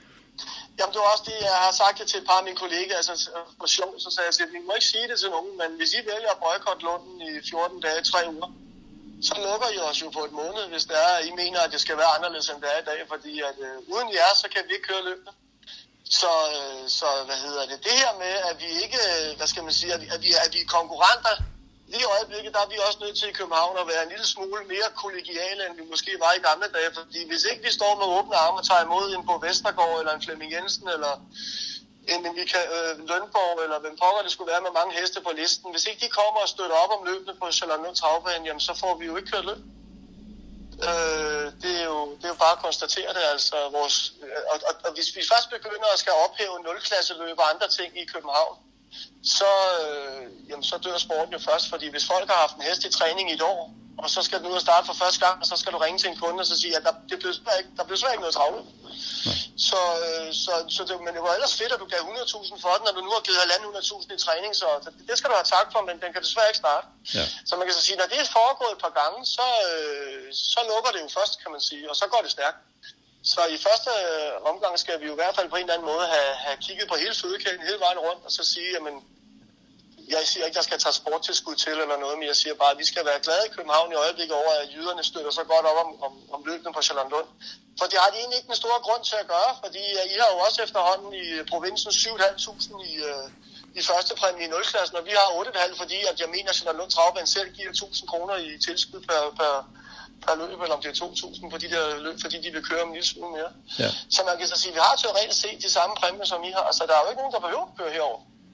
Jamen det var også det, jeg har sagt det til et par af mine kollegaer, altså for sjov, så sagde jeg til, vi må ikke sige det til nogen, men hvis I vælger at boykotte Lunden i fjorten dage, tre uger, så lukker I os jo på et måned, hvis det er, I mener, at det skal være anderledes, end det er i dag, fordi at øh, uden jer, så kan vi ikke køre løbende. Så, øh, så hvad hedder det, det her med, at vi ikke, hvad skal man sige, at vi, at vi, at vi er konkurrenter, lige i øjeblikket, der er vi også nødt til i København at være en lille smule mere kollegiale, end vi måske var i gamle dage, fordi hvis ikke vi står med åbne arme og tager imod en Bo Vestergaard, eller en Flemming Jensen, eller en Michael øh, Lønborg, eller hvem pokker det skulle være med mange heste på listen, hvis ikke de kommer og støtter op om løbende på Charlottenlund Travbane, jamen så får vi jo ikke kørt løb. Øh, det, er jo, det er jo bare at konstatere det, altså vores, og, og, og hvis vi først begynder at skal ophæve nul-klasseløb og andre ting i København, så, øh, jamen, så dør sporten jo først, fordi hvis folk har haft en hest i træning i et år, og så skal du ud og starte for første gang, og så skal du ringe til en kunde og så sige, at der, det blev ikke, der blev svært ikke noget travlt. Så, øh, så, så det, men det var ellers fedt, at du gav hundrede tusind for den, og du nu har givet hundrede tusind i træning, så det, det skal du have tak for, men den kan desværre ikke starte. Ja. Så man kan så sige, når det er foregået et par gange, så, øh, så lukker det jo først, kan man sige, og så går det stærkt. Så i første omgang skal vi jo i hvert fald på en eller anden måde have, have kigget på hele fødekæden hele vejen rundt, og så sige, jamen, jeg siger ikke, der skal transporttilskud til eller noget, men jeg siger bare, at vi skal være glade i København i øjeblikket over, at jyderne støtter så godt op om, om, om løbende på Charlottenlund. For det har de egentlig ikke en stor grund til at gøre, fordi I har jo også efterhånden i provinsen syv tusind fem hundrede i, uh, i første præmie i nul-klassen, og vi har otte tusind fem hundrede, fordi at jeg mener, at Charlottenlund Travbane selv giver tusind kroner i tilskud per, per, per løb, eller om det er to tusind på de der løb, fordi de vil køre om en lille smule mere. Ja. Så man kan så sige, at vi har teoretisk set de samme præmier, som I har, så der er jo ikke nogen, der behøver at køre herover.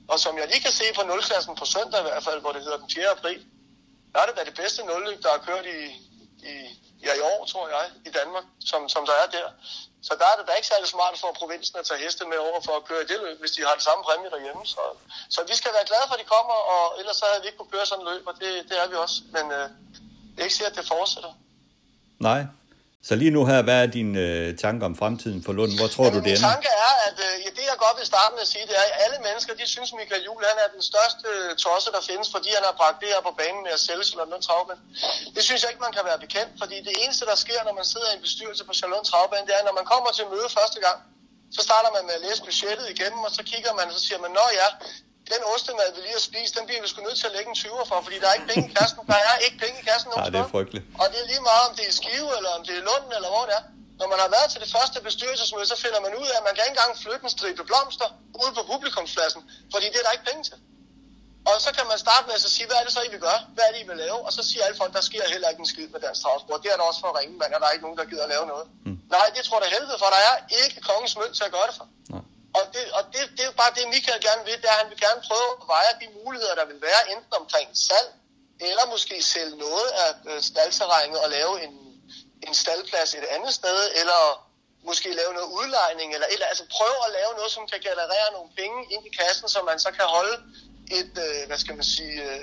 Og som jeg lige kan se på nul-klassen på søndag i hvert fald, hvor det hedder den fjerde april, der er det da det bedste nul-løb, der har kørt i, i, ja, i år, tror jeg, i Danmark, som, som der er der. Så der er det da ikke særlig smart for provinsen at tage heste med over for at køre i det løb, hvis de har det samme præmie derhjemme. Så, så vi skal være glade for, at de kommer, og ellers så havde vi ikke kunne køre sådan en løb, og det, det er vi også. Men øh, det er ikke sikkert, at det fortsætter. Nej. Så lige nu her, hvad er dine øh, tanker om fremtiden for Lund? Hvor tror Jamen, du det ender? Min tanke er, at øh, ja, det jeg godt vil starte med at sige, det er, at alle mennesker, de synes, Michael Juhl, han er den største øh, tosse, der findes, fordi han har bragt det her på banen med at sælge Charlottenlund Travbane. Det synes jeg ikke, man kan være bekendt, fordi det eneste, der sker, når man sidder i en bestyrelse på Charlottenlund Travbane, det er, når man kommer til møde første gang, så starter man med at læse budgettet igennem, og så kigger man, og så siger man, nå ja, den ostemad, vi lige har spist, den bliver vi sgu nødt til at lægge en tyver for, fordi der er ikke penge i kassen. Der er ikke penge i kassen nogen Nej, det er frygteligt. Og det er lige meget, om det er Skive, eller om det er Lunden, eller hvor det er. Når man har været til det første bestyrelsesmøde, så finder man ud af, at man kan ikke engang flytte en stribe blomster ude på publikumspladsen, fordi det er der ikke penge til. Og så kan man starte med at sige, hvad er det så, I vil gøre? Hvad er det, I vil lave? Og så siger alle folk, der sker heller ikke en skid med dansk travsport. Det er der også for ringe, men der er ikke nogen, der gider at lave noget. Mm. Nej, det tror jeg helvede, for der er ikke kongens mønt til at gøre det for. Nej. Og, det, og det, det er jo bare det, Michael gerne vil, det er, at han vil gerne prøve at veje de muligheder, der vil være, enten omkring salg, eller måske sælge noget af staldterrænet og lave en, en staldplads et andet sted, eller måske lave noget udlejning, eller, eller altså prøve at lave noget, som kan generere nogle penge ind i kassen, så man så kan holde et, øh, hvad skal man sige, øh,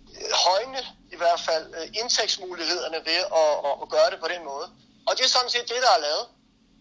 højne i hvert fald øh, indtægtsmulighederne ved at, at, at gøre det på den måde. Og det er sådan set det, der er lavet.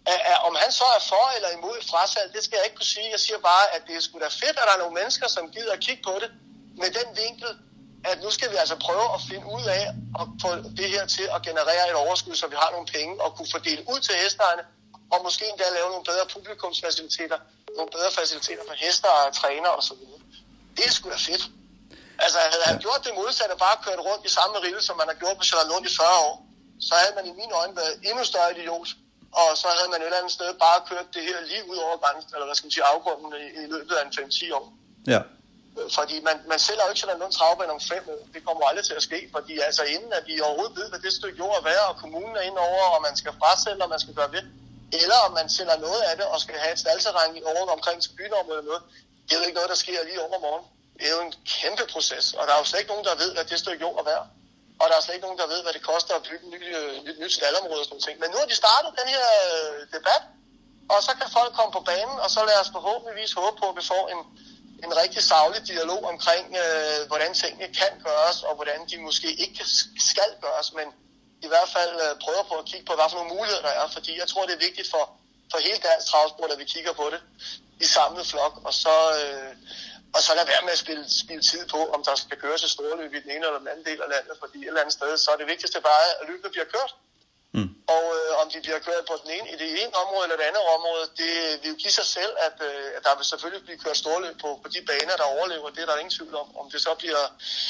Om han så er for eller imod frasalg, det skal jeg ikke kunne sige. Jeg siger bare, at det er sgu da fedt, at der er nogle mennesker, som gider at kigge på det med den vinkel, at nu skal vi altså prøve at finde ud af at få det her til at generere et overskud, så vi har nogle penge og kunne fordele ud til hestejerne, og måske endda lave nogle bedre publikumsfaciliteter, nogle bedre faciliteter for hester og træner og så videre. Det er sgu da fedt. Altså havde han gjort det modsatte, bare kørt rundt i samme rille, som man har gjort på Charlottenlund i fyrre år, så havde man i mine øjne været endnu større idiot. Og så havde man et eller andet sted bare kørt det her lige ud over grænsen, eller hvad skal man sige, afgrunden i, i løbet af en fem til ti år. Ja. Fordi man, man sælger jo ikke sådan nogen travbane om fem år. Det kommer aldrig til at ske, fordi altså inden at vi overhovedet ved, hvad det stykke jord er værd, og kommunen er inde over, og man skal frasælge, og man skal gøre ved, eller om man sælger noget af det, og skal have et staldterræn over omkring til bynområdet eller noget, det er jo ikke noget, der sker lige over morgen. Det er jo en kæmpe proces, og der er jo slet ikke nogen, der ved, at det stykke jord er værd. Og der er slet ikke nogen, der ved, hvad det koster at bygge et nyt, nyt, nyt staldområde og sådan noget. Men nu har de startet den her debat, og så kan folk komme på banen, og så lad os forhåbentligvis håbe på, at vi får en, en rigtig saglig dialog omkring, øh, hvordan tingene kan gøres, og hvordan de måske ikke skal gøres, men i hvert fald øh, prøver på at kigge på, hvad for nogle muligheder der er. Fordi jeg tror, det er vigtigt for, for hele dansk travsport, at vi kigger på det i samlet flok, og så... Øh, Og så lad være med at spille, spille tid på, om der skal køres et storløb i den ene eller den anden del af landet, fordi et eller andet sted, så er det vigtigste bare, at løbet bliver kørt. Mm. Og øh, om de bliver kørt på den ene, i det ene område eller det andet område, det vil jo give sig selv, at, øh, at der vil selvfølgelig blive kørt storløb på, på de baner, der overlever. Det er der ingen tvivl om. Om det så bliver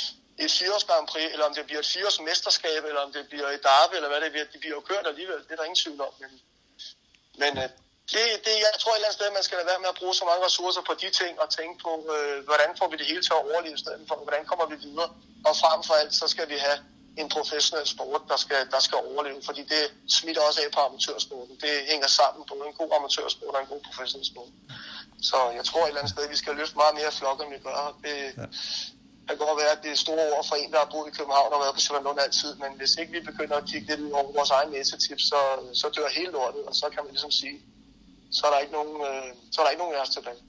et fireårs Grand Prix, eller om det bliver et fireårs mesterskab, eller om det bliver et derby, eller hvad det bliver, de bliver jo kørt alligevel. Det er der ingen tvivl om. Men, men øh, Det, det, jeg tror et eller andet sted, at man skal lade være med at bruge så mange ressourcer på de ting og tænke på, øh, hvordan får vi det hele til at overleve i stedet for, hvordan kommer vi videre. Og frem for alt, så skal vi have en professionel sport, der skal, der skal overleve, fordi det smitter også af på amatørsporten. Det hænger sammen på en god amatørsport og en god professionel sport. Så jeg tror et eller andet sted, at vi skal løfte meget mere flok, end vi gør. Det, ja. Det kan godt være, at det er store ord for en, der har boet i København og været på Charlottenlund altid, men hvis ikke vi begynder at kigge lidt ud over vores egen næsetips, så, så dør hele lortet, og så kan man ligesom sige, så er der ikke nogen, øh, så er der ikke nogen af os tilbage.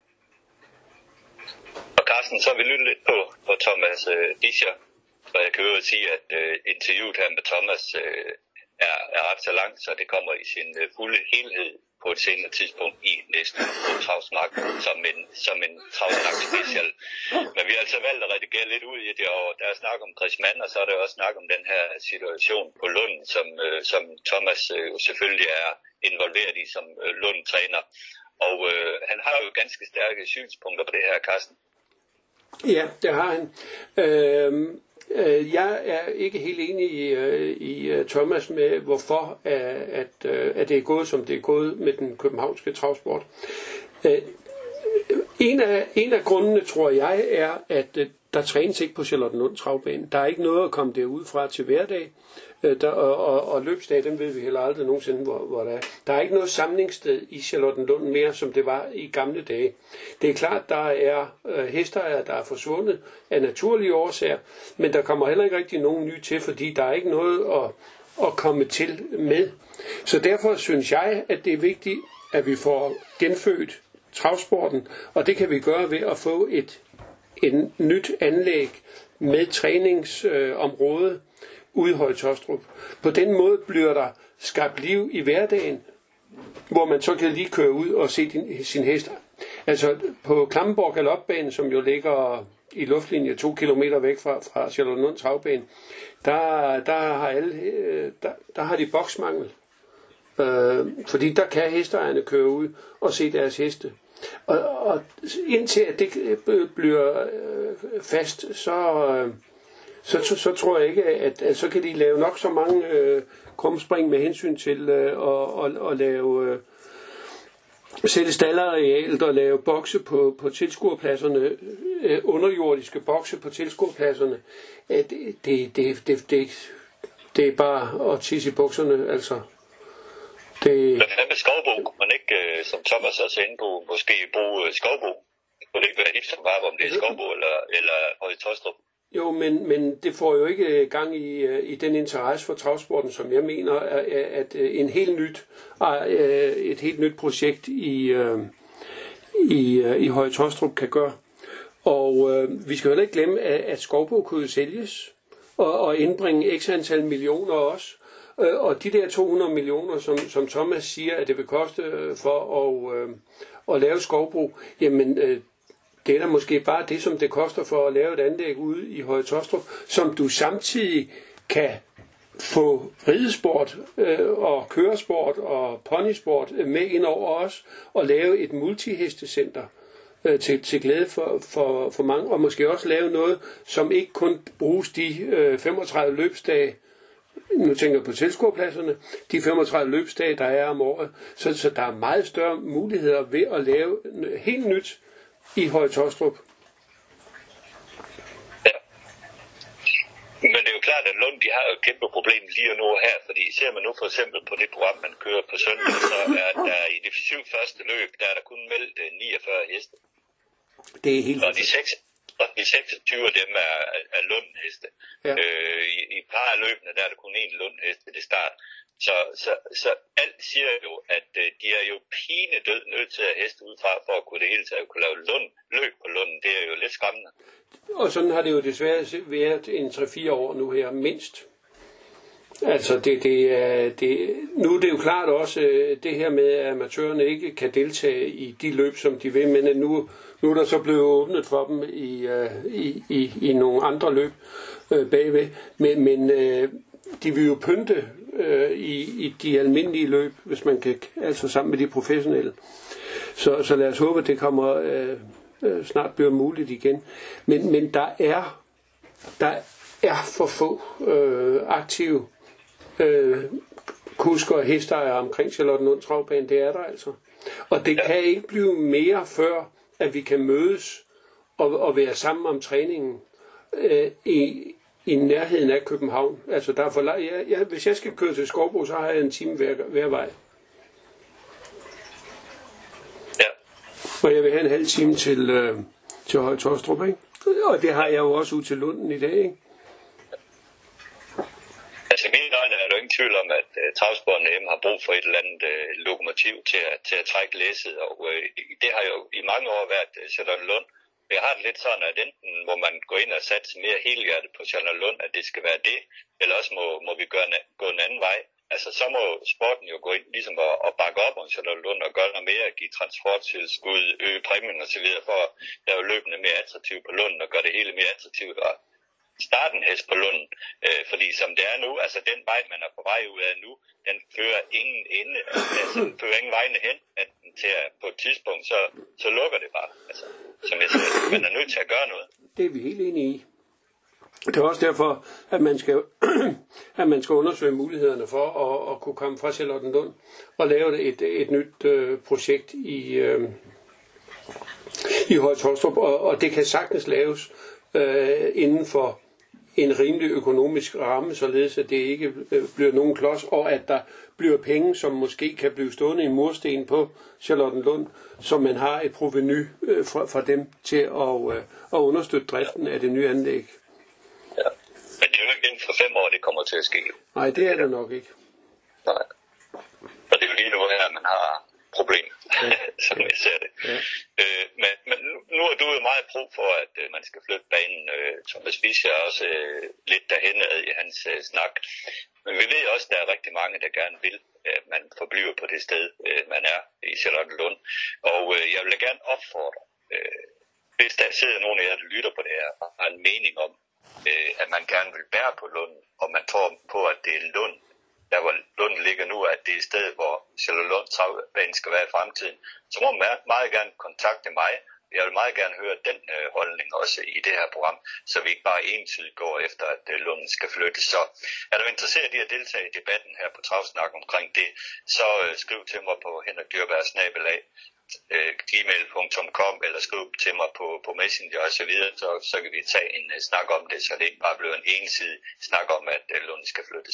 Og Carsten, så vil vi lytte lidt på, på Thomas øh, Discher, og jeg kan jo sige, at øh, interviewet her med Thomas øh, er, er ret så langt, så det kommer i sin øh, fulde helhed på et senere tidspunkt i næste travsnak som en, som en travsnak special. Men vi har altså valgt at redigere lidt ud i det, og der er snak om Chris Mann, og så er der også snak om den her situation på Lund, som, øh, som Thomas øh, jo selvfølgelig er involveret i som øh, Lund-træner. Og øh, han har jo ganske stærke synspunkter på det her, Carsten. Ja, det har han. Øh, øh, jeg er ikke helt enig i, øh, i Thomas med, hvorfor øh, at, øh, at det er gået, som det er gået med den københavnske travsport. Øh, en, af, en af grundene, tror jeg, er, at øh, der trænes ikke på Charlottenlund Travbane. Der er ikke noget at komme derud fra til hverdag. Der, og, og, og løbsdag, dem ved vi heller aldrig nogensinde, hvor, hvor der er. Der er ikke noget samlingssted i Charlottenlund mere, som det var i gamle dage. Det er klart, der er øh, hesteejere, der er forsvundet af naturlige årsager, men der kommer heller ikke rigtig nogen nye til, fordi der er ikke noget at, at komme til med. Så derfor synes jeg, at det er vigtigt, at vi får genfødt travsporten, og det kan vi gøre ved at få et, et nyt anlæg med træningsområde, øh, ude i Høje Taastrup. På den måde bliver der skabt liv i hverdagen, hvor man så kan lige køre ud og se din, sin hest. Altså på Klampenborg Galopbane, som jo ligger i luftlinje to kilometer væk fra, fra Charlottenlund Travbane, der, der, har alle, der, der har de boksmangel. Øh, fordi der kan hesteejerne køre ud og se deres heste. Og, og indtil at det bliver øh, fast, så... Øh, Så, så, så tror jeg ikke, at, at så kan de lave nok så mange øh, krumspring med hensyn til øh, at, at, at lave øh, sætte stalderarealet og lave bokse på, på tilskuerpladserne, øh, underjordiske bokse på tilskuerpladserne. Det, det, det, det, det, det er bare at tisse i bukserne, altså. Det... Hvad med skovbo? Kunne man ikke, øh, som Thomas også er inde på, måske bruge skovbo? Kunne det ikke være helt som bare, om det er skovbo eller, eller Høje Taastrup? Jo, men, men det får jo ikke gang i, i den interesse for travsporten, som jeg mener, at, at en helt nyt, et helt nyt projekt i, i, i Høje Taastrup kan gøre. Og øh, vi skal heller ikke glemme, at, at skovbo kunne sælges og, og indbringe x antal millioner også. Og de der to hundrede millioner, som, som Thomas siger, at det vil koste for at, øh, at lave skovbo, jamen øh, det er da måske bare det, som det koster for at lave et anlæg ude i Høje Taastrup, som du samtidig kan få ridesport øh, og køresport og ponysport med ind over os, og lave et multihestecenter øh, til, til glæde for, for, for mange, og måske også lave noget, som ikke kun bruges de øh, femogtredive løbsdage, nu tænker jeg på tilskuerpladserne, de femogtredive løbsdage, der er om året, så, så der er meget større muligheder ved at lave helt nyt i Høje Taastrup. Ja. Men det er jo klart, at Lund, de har jo et kæmpe problem lige nu her, fordi ser man nu for eksempel på det program, man kører på søndag, så er der i det syv første løb, der er der kun meldt niogfyrre heste. Det er helt og de, seks, og de seksogtyve af dem er, er Lund-heste. Ja. Øh, i, I et par af løbene, der er der kun én Lund-heste til start. Så, så, så alt siger jo, at øh, de er jo pinedød nødt til at heste udfra, for at kunne det hele taget kunne lave lund, løb på Lunden. Det er jo lidt skræmmende. Og sådan har det jo desværre været en tre fire år nu her, mindst. Altså, det, det er, det, nu er det jo klart også det her med, at amatørerne ikke kan deltage i de løb, som de vil, men nu, nu er der så blevet åbnet for dem i, i, i, i nogle andre løb øh, bagved. Men, men de vil jo pynte øh, i, i de almindelige løb, hvis man kan, altså sammen med de professionelle. Så, så lad os håbe, at det kommer øh, øh, snart bliver muligt igen. Men, men der er der er for få øh, aktive øh, kusker og hesteejere omkring Charlottenlund Travbane. Det er der altså. Og det kan ikke blive mere før, at vi kan mødes og, og være sammen om træningen øh, i, i nærheden af København. Altså der er for, jeg, jeg, hvis jeg skal køre til Skovbo, så har jeg en time hver, hver vej. Ja. Og jeg vil have en halv time til, øh, til Høje Taastrup, ikke? Og det har jeg jo også ud til Lunden i dag, ikke? Altså i mine øjne er der ingen tvivl om, at uh, travsporten hjemme har brug for et eller andet uh, lokomotiv til at, til at trække læsset, og uh, det har jo i mange år været uh, Charlottenlund. Jeg har det lidt sådan, at enten må man gå ind og satse mere helhjertet på Charlottenlund, at det skal være det, eller også må, må vi gøre, gå en anden vej. Altså så må sporten jo gå ind ligesom at, at bakke op om Charlottenlund og gøre noget mere, give transporttilskud, øge præmien osv. for at lave løbende mere attraktivt på Lunden og gøre det hele mere attraktivt og starte en hest på Lunden. Øh, fordi som det er nu, altså den vej, man er på vej ud af nu, den fører ingen ende, altså den fører ingen vejene hen, at til at på et tidspunkt, så, så lukker det bare. Altså, som jeg siger, man er nødt til at gøre noget. Det er vi helt enige i. Det er også derfor, at man skal, at man skal undersøge mulighederne for at, at kunne komme fra Charlottenlund og lave et, et nyt øh, projekt i, øh, i Høje Taastrup. Og, og det kan sagtens laves øh, inden for en rimelig økonomisk ramme, således at det ikke øh, bliver nogen klods, og at der bliver penge, som måske kan blive stående i mursten på Charlottenlund, så man har et provenu øh, fra, fra dem til at, øh, at understøtte driften af det nye anlæg. Ja. Men det er jo ikke inden for fem år, det kommer til at ske. Nej, det er det nok ikke. Nej. Og det er jo lige nu her, man har problem, ja. som jeg ser det. Ja. Øh, men men nu, nu er du jo meget brug for, at øh, man skal flytte banen. Øh, Thomas Fischer er også øh, lidt derhen i hans øh, snak. Men vi ved også, at der er rigtig mange, der gerne vil, at man forbliver på det sted, øh, man er i Charlottenlund. Og øh, jeg vil gerne opfordre, øh, hvis der sidder nogen af jer, der lytter på det her, og har en mening om, øh, at man gerne vil bære på Lunden, og man tror på, at det er Lund, der hvor Lunden ligger nu, at det er et sted, hvor Charlottenlund travbanen skal være i fremtiden, så må man meget gerne kontakte mig. Jeg vil meget gerne høre den øh, holdning også i det her program, så vi ikke bare entydigt går efter, at øh, Lunden skal flyttes. Så er du interesseret i at deltage i debatten her på Travsnak omkring det, så øh, skriv til mig på henrik dyrberg snabel-a gmail punktum com eller skriv til mig på, på Messenger og så videre, så, så kan vi tage en uh, snak om det, så det ikke bare bliver en ensidig snak om, at uh, Lunden skal flyttes.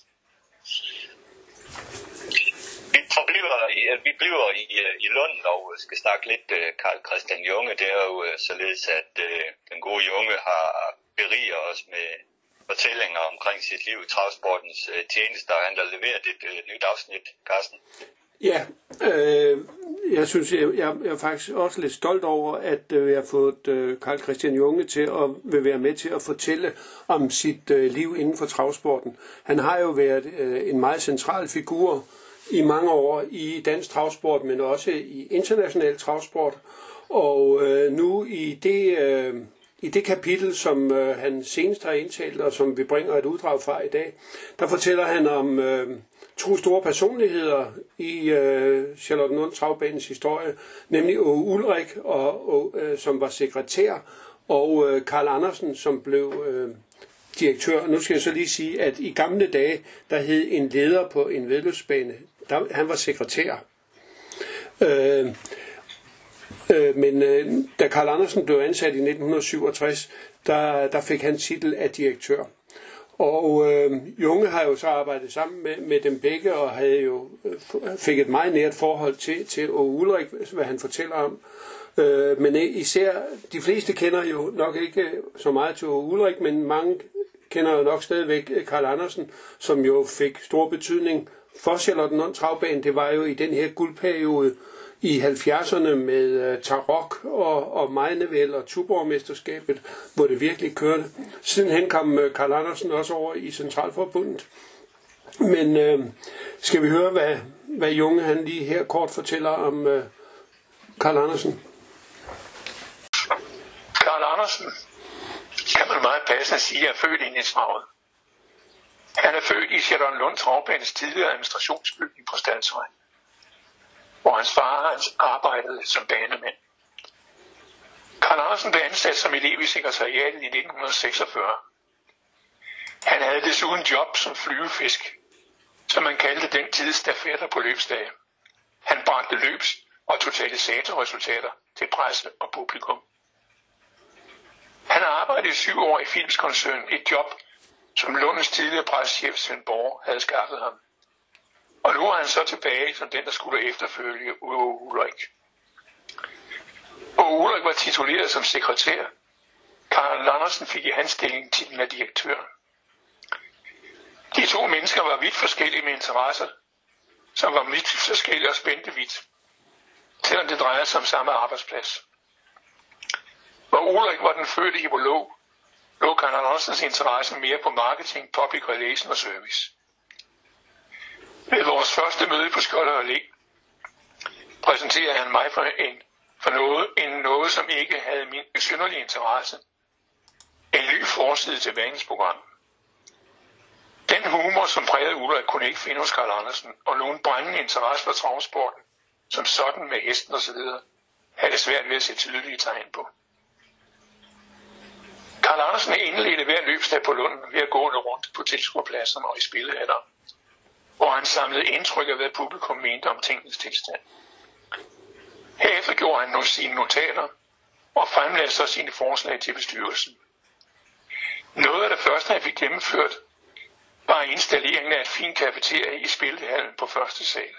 Vi bliver i, vi bliver i, i Lund og skal snakke lidt uh, Carl Christian Junge. Det er jo uh, således, at uh, den gode Junge har beriget os med fortællinger omkring sit liv i travsportens uh, tjenester, og han har leveret et uh, nyt afsnit, Carsten. Ja, øh, jeg synes, jeg, jeg, jeg er faktisk også lidt stolt over, at øh, jeg har fået øh, Carl Christian Junge til at vil være med til at fortælle om sit øh, liv inden for travsporten. Han har jo været øh, en meget central figur i mange år i dansk travsport, men også i international travsport. Og øh, nu i det, øh, i det kapitel, som øh, han senest har indtalt, og som vi bringer et uddrag fra i dag, der fortæller han om øh, to store personligheder i øh, Charlottenlund Travbanens historie, nemlig Åge Ulrik, og, og, øh, som var sekretær, og øh, Carl Andersen, som blev øh, direktør. Nu skal jeg så lige sige, at i gamle dage, der hed en leder på en væddeløbsbane, der, han var sekretær. Øh, øh, men øh, da Carl Andersen blev ansat i nitten syvogtres, der, der fik han titel af direktør. Og øh, Junge har jo så arbejdet sammen med, med dem begge, og havde jo øh, fik et meget nært forhold til, til Åge Ulrik, hvad han fortæller om. Øh, men især, de fleste kender jo nok ikke så meget til Åge Ulrik, men mange kender jo nok stadigvæk Carl Andersen, som jo fik stor betydning for Charlottenlund Travbane. Det var jo i den her guldperiode i halvfjerdserne med uh, Tarok og, og Mejnevel og Tuborgmesterskabet, hvor det virkelig kørte. Sidenhen kom uh, Carl Andersen også over i Centralforbundet. Men uh, skal vi høre, hvad, hvad Junge han lige her kort fortæller om uh, Carl Andersen? Carl Andersen, kan man meget passende sige, er født ind i travet. Han er født i Charlottenlund Travbanes tidligere administrationsbygning på Stadsvej, hvor hans far arbejdede som banemand. Carl Andersen blev ansat som elev i sekretariatet i nitten seksogfyrre. Han havde desuden job som flyvefisk, som man kaldte den tids stafetter på løbsdage. Han bragte løbs- og totalisatorresultater til presse og publikum. Han har arbejdet i syv år i Filmskoncernen, et job, som Lundens tidligere pressechef Svend Borg havde skaffet ham. Og nu er han så tilbage som den, der skulle efterfølge Åge Ulrik. Åge Ulrik var tituleret som sekretær. Carl Andersen fik i hans stilling titlen af direktør. De to mennesker var vidt forskellige med interesser, som var vidt forskellige og spændte vidt, selvom det drejede sig om samme arbejdsplads. Hvor Ulrik var den fødte hippolog, lå Carl Andersens interesse mere på marketing, public relation og service. Ved vores første møde på Skotter Allé præsenterede han mig for, en, for noget, en noget, som ikke havde min besynderlige interesse. En ny forside til vanens program. Den humor, som prægede Ulrik, kunne ikke finde hos Carl Andersen, og nogen brændende interesse for travsporten, som sådan med hesten og så videre, havde det svært ved at se tydelige tegn på. Carl Andersen indledte hver løbsdag på Lunden ved at gå rundt på tilskuerpladserne og i spillehatter, hvor han samlede indtryk af, hvad publikum mente om tingens tilstand. Herefter gjorde han nu sine notater og fremlagde så sine forslag til bestyrelsen. Noget af det første, jeg fik gennemført, var installeringen af et fint kafeterie i spillehallen på første sal.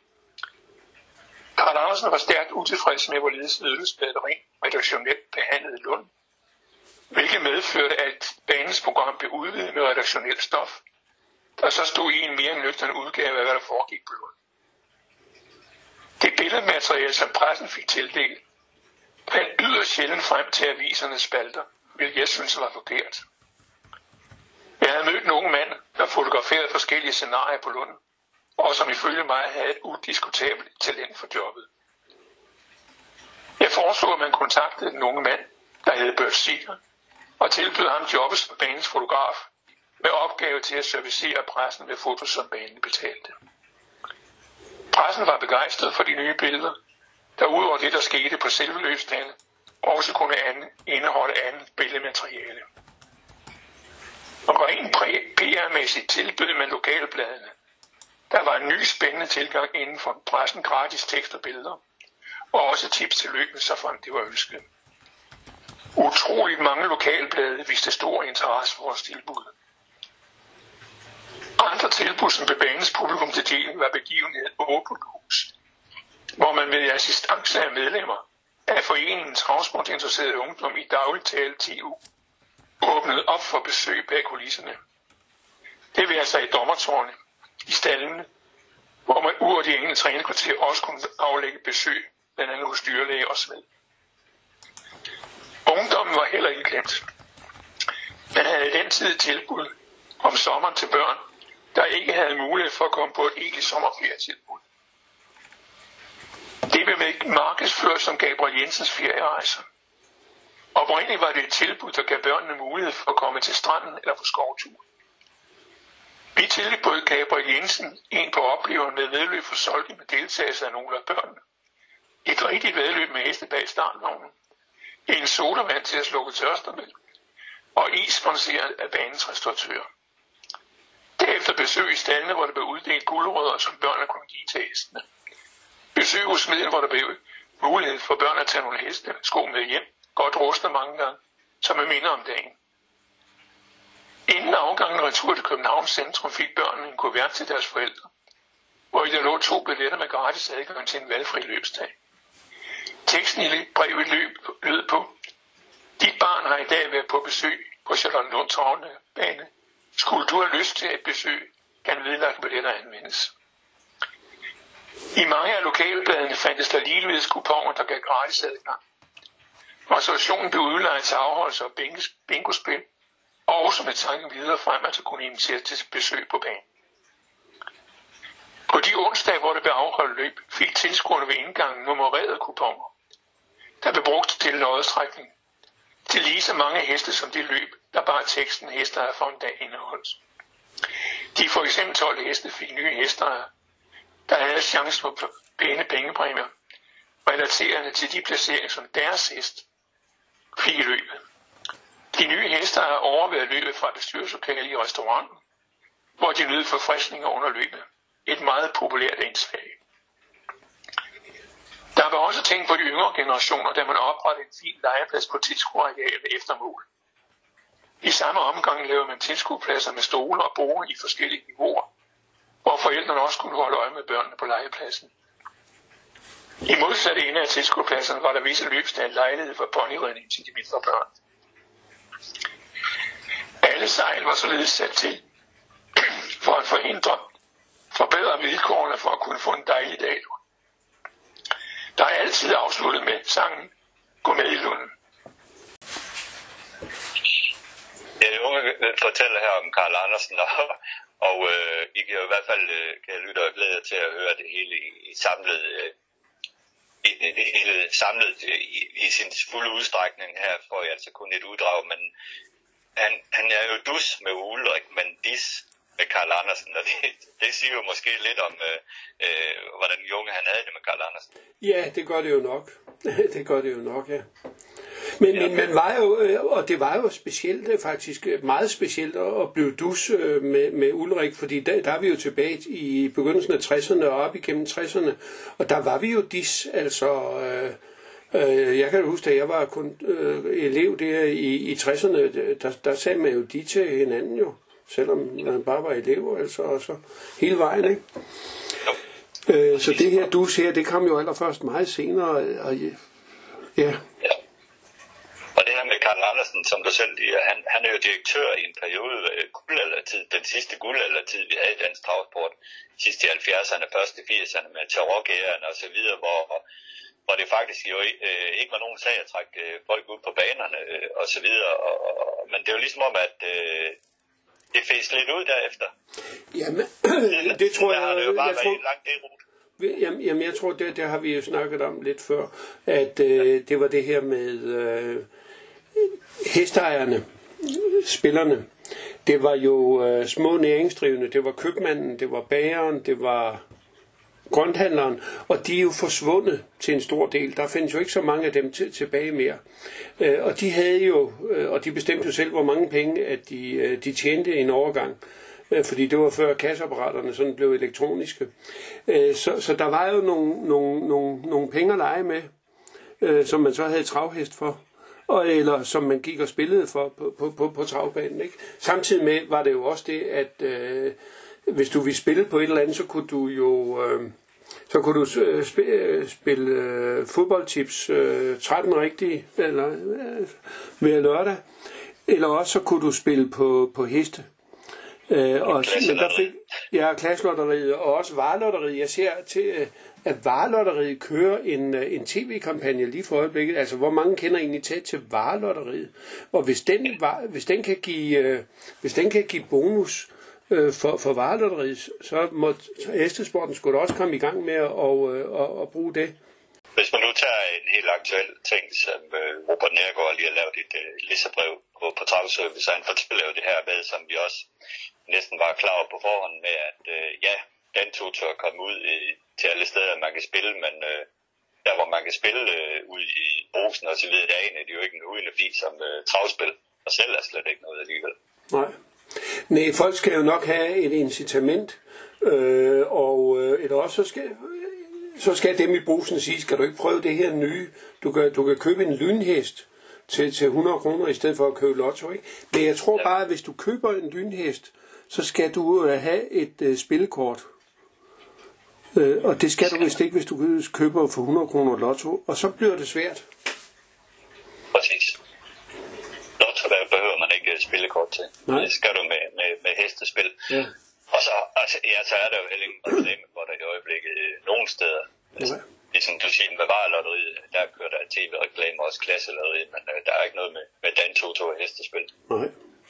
Carl Andersen var stærkt utilfreds med, hvorledes Ødelsbatteri redaktionelt behandlede Lund, hvilket medførte, at banens program blev udvidet med redaktionelt stof, der så stod i en mere nøgtern udgave af, hvad der foregik på Lund. Det billedmateriale, som pressen fik tildelt, fandt yderst sjældent frem til avisernes spalter, hvilket jeg synes var forkert. Jeg havde mødt nogle mænd, der fotograferede forskellige scenarier på Lund, og som ifølge mig havde et udiskutabelt talent for jobbet. Jeg foreslog, at man kontaktede den unge mand, der hed Bert Seeger, og tilbød ham jobbet som banens fotograf, med opgave til at servicere pressen med fotos, som banen betalte. Pressen var begejstret for de nye billeder, der udover det, der skete på selve løbsdagen, også kunne indeholde andet billedmateriale. Og rent P R-mæssigt tilbød man lokalbladene. Der var en ny spændende tilgang inden for pressen, gratis tekst og billeder, og også tips til løbet, så frem det var ønsket. Utroligt mange lokalblade viste stor interesse for vores tilbud. Andre tilbud, som blev banens publikum til del, var begivenheden Åbent Hus, hvor man ved assistance af medlemmer af foreningen Transportinteresseret Ungdom i dagligt tale T U åbnede op for besøg bag kulisserne. Det vil altså i dommertårne, i stallene, hvor man ud af de enkelte trænerkvarter også kunne aflægge besøg, blandt andet hos dyrlæge og sved. Ungdommen var heller ikke glemt. Man havde i den tid tilbud om sommeren til børn, der ikke havde mulighed for at komme på et egentligt sommerferietilbud. Det blev med markedsført som Gabriel Jensens ferierejser. Oprindeligt var det et tilbud, der gav børnene mulighed for at komme til stranden eller på skovtur. Vi tilbød Gabriel Jensen en på opleveren med vedløb for solgt med deltagelse af nogle af børnene. Et rigtigt vedløb med heste bag startvognen. En sodavand til at slukke tørster med. Og is sponseret af banens restauratør. Derefter besøg i stallene, hvor der blev uddelt gulerødder, som børnene kunne give til hestene. Besøg hos smeden, hvor der blev mulighed for børn at tage nogle heste sko med hjem, godt rustet mange gange, som er minder om dagen. Inden afgangen retur til Københavns centrum fik børnene en kuvert til deres forældre, hvor i der lå to billetter med gratis adgang til en valgfri løbsdag. Teksten i brevet løb lød på: Dit barn har i dag været på besøg på Charlottenlund Tårnebane. Skulle du have lyst til et besøg, kan vedlagte billetter anvendes. I mange af lokalbladene fandtes der ligeledes kuponer, der gav gratis adgang. Reservationen blev udlejet til afholdelse af bingospil, og også med tanken videre frem, at der kunne inviteres til besøg på banen. På de onsdage, hvor det blev afholdt løb, fik tilskuerne ved indgangen nummererede kuponer, der blev brugt til lodtrækning, til lige så mange heste som det løb, der bare teksten hester for en dag indeholdt. De for eksempel tolv heste fik nye hester, der havde chance for pæne pengepræmier, relaterende til de placeringer, som deres hest fik i løbet. De nye hester har overværet løbet fra bestyrelseslokalet i restauranten, hvor de nød forfriskninger under løbet. Et meget populært indslag. Der var også tænkt på de yngre generationer, da man oprettede en fin legeplads på tilskuerarealet efter mål. I samme omgang lavede man tilskuerpladser med stole og borde i forskellige niveauer, hvor forældrene også kunne holde øje med børnene på legepladsen. I modsatte ende af tilskuerpladserne var der visse løbsdage lejlighed for ponyridning til de mindre børn. Alle sejl var således sat til for at forhindre forbedre vilkårene for at kunne få en dejlig dag. Der er altid afsluttet med sangen Gå med i Lunden. Jeg vil fortælle her om Carl Andersen, og, og øh, I kan jo i hvert fald øh, kan jeg lytte og glæde til at høre det hele i, i samlet, øh, i, det hele samlet øh, i, i sin fulde udstrækning. Her får jeg altså kun et uddrag, men han, han er jo dus med Ulrik, men dis med Carl Andersen, og det, det siger jo måske lidt om, øh, øh, hvordan Junge han havde det med Carl Andersen. Ja, det gør det jo nok. det gør det jo nok, ja. Men, men man var jo, og det var jo specielt, faktisk meget specielt at blive dus med, med Ulrik, fordi der, der er vi jo tilbage i begyndelsen af tresserne og op igennem tresserne, og der var vi jo dis, altså, øh, Øh, jeg kan huske, at jeg var kun øh, elev der i, i tresserne, der, der sagde man jo de til hinanden jo, selvom man bare var elev, altså, og så hele vejen, ikke? Øh, så det her dus her, det kom jo allerførst meget senere, og ja. ja. Og det her med Carl Andersen, som du selv siger, han, han er jo direktør i en periode, guldaldertid, den sidste guldaldertid, vi havde i dansk travsport, sidst i halvfjerdserne, først i firserne med Tarok-æren og så videre, hvor, hvor det faktisk jo øh, ikke var nogen sag at trække øh, folk ud på banerne øh, og så videre, og, og, men det er jo ligesom om, at øh, det fæs lidt ud derefter. Jamen, det tror jeg... Der har det jo bare jeg været tror, langt det rute. Jamen, jamen, jeg tror, det, det har vi jo snakket om lidt før, at øh, det var det her med øh, hesteejerne, spillerne. Det var jo øh, små næringsdrivende, det var købmanden, det var bageren, det var grønthandleren, og de er jo forsvundet til en stor del. Der findes jo ikke så mange af dem til, tilbage mere. Øh, og de havde jo, øh, og de bestemte jo selv, hvor mange penge, at de, øh, de tjente i en overgang. Øh, fordi det var før kasseapparaterne sådan blev elektroniske. Øh, så, så der var jo nogle, nogle, nogle, nogle penge at lege med, øh, som man så havde travhest for. Og, eller som man gik og spillede for på, på, på, på travbanen. Ikke? Samtidig med var det jo også det, at øh, hvis du ville spille på et eller andet, så kunne du jo øh, så kunne du øh, spille, spille øh, fodboldtips øh, tretten rigtige eller øh, hver lørdag, eller også så kunne du spille på, på heste. Øh, og men der fik ja, klasselotteriet og også varelotteriet. Jeg ser til at varelotteriet kører en, en tv-kampagne lige for øjeblikket. Altså hvor mange kender egentlig til til varelotteriet? Og hvis den var, hvis den kan give øh, hvis den kan give bonus øh, for for varelotteriet, så må hestesporten skulle også komme i gang med at og, øh, og, og bruge det. Hvis man nu tager en helt aktuel ting, som øh, Robert Nærgaard lige har lavet et øh, læserbrev på, på Travservice, så han fortæller jo det her med, som vi også næsten var klar over på forhånd med, at øh, ja, den to tør komme ud i, til alle steder, man kan spille, men øh, der hvor man kan spille øh, ud i Brugsen og så videre, der er det jo ikke en uden fis som øh, travspil, og selv er slet ikke noget alligevel. Nej. Nej, folk skal jo nok have et incitament, øh, og øh, et også så skal så skal dem i Brugsen sige, skal du ikke prøve det her nye? Du kan, du kan købe en lynhest til, til hundrede kroner i stedet for at købe lotto, ikke? Men jeg tror bare, at hvis du køber en lynhest, så skal du have et uh, spillekort. Uh, og det skal du vist ikke, hvis du køber for hundrede kroner lotto. Og så bliver det svært. Præcis. Lotto, der behøver man ikke spillekort til. Nej. Det skal du med, med, med hestespil. Ja. Og så, altså, ja, så er der jo heller ingen reklame for der i øjeblikket øh, nogle steder. Altså, Ja. ligesom du siger, med varelotteriet, der kører der tv-reklame, også klasselotteriet, men øh, der er ikke noget med, med Dan Toto og hestespil. Nej.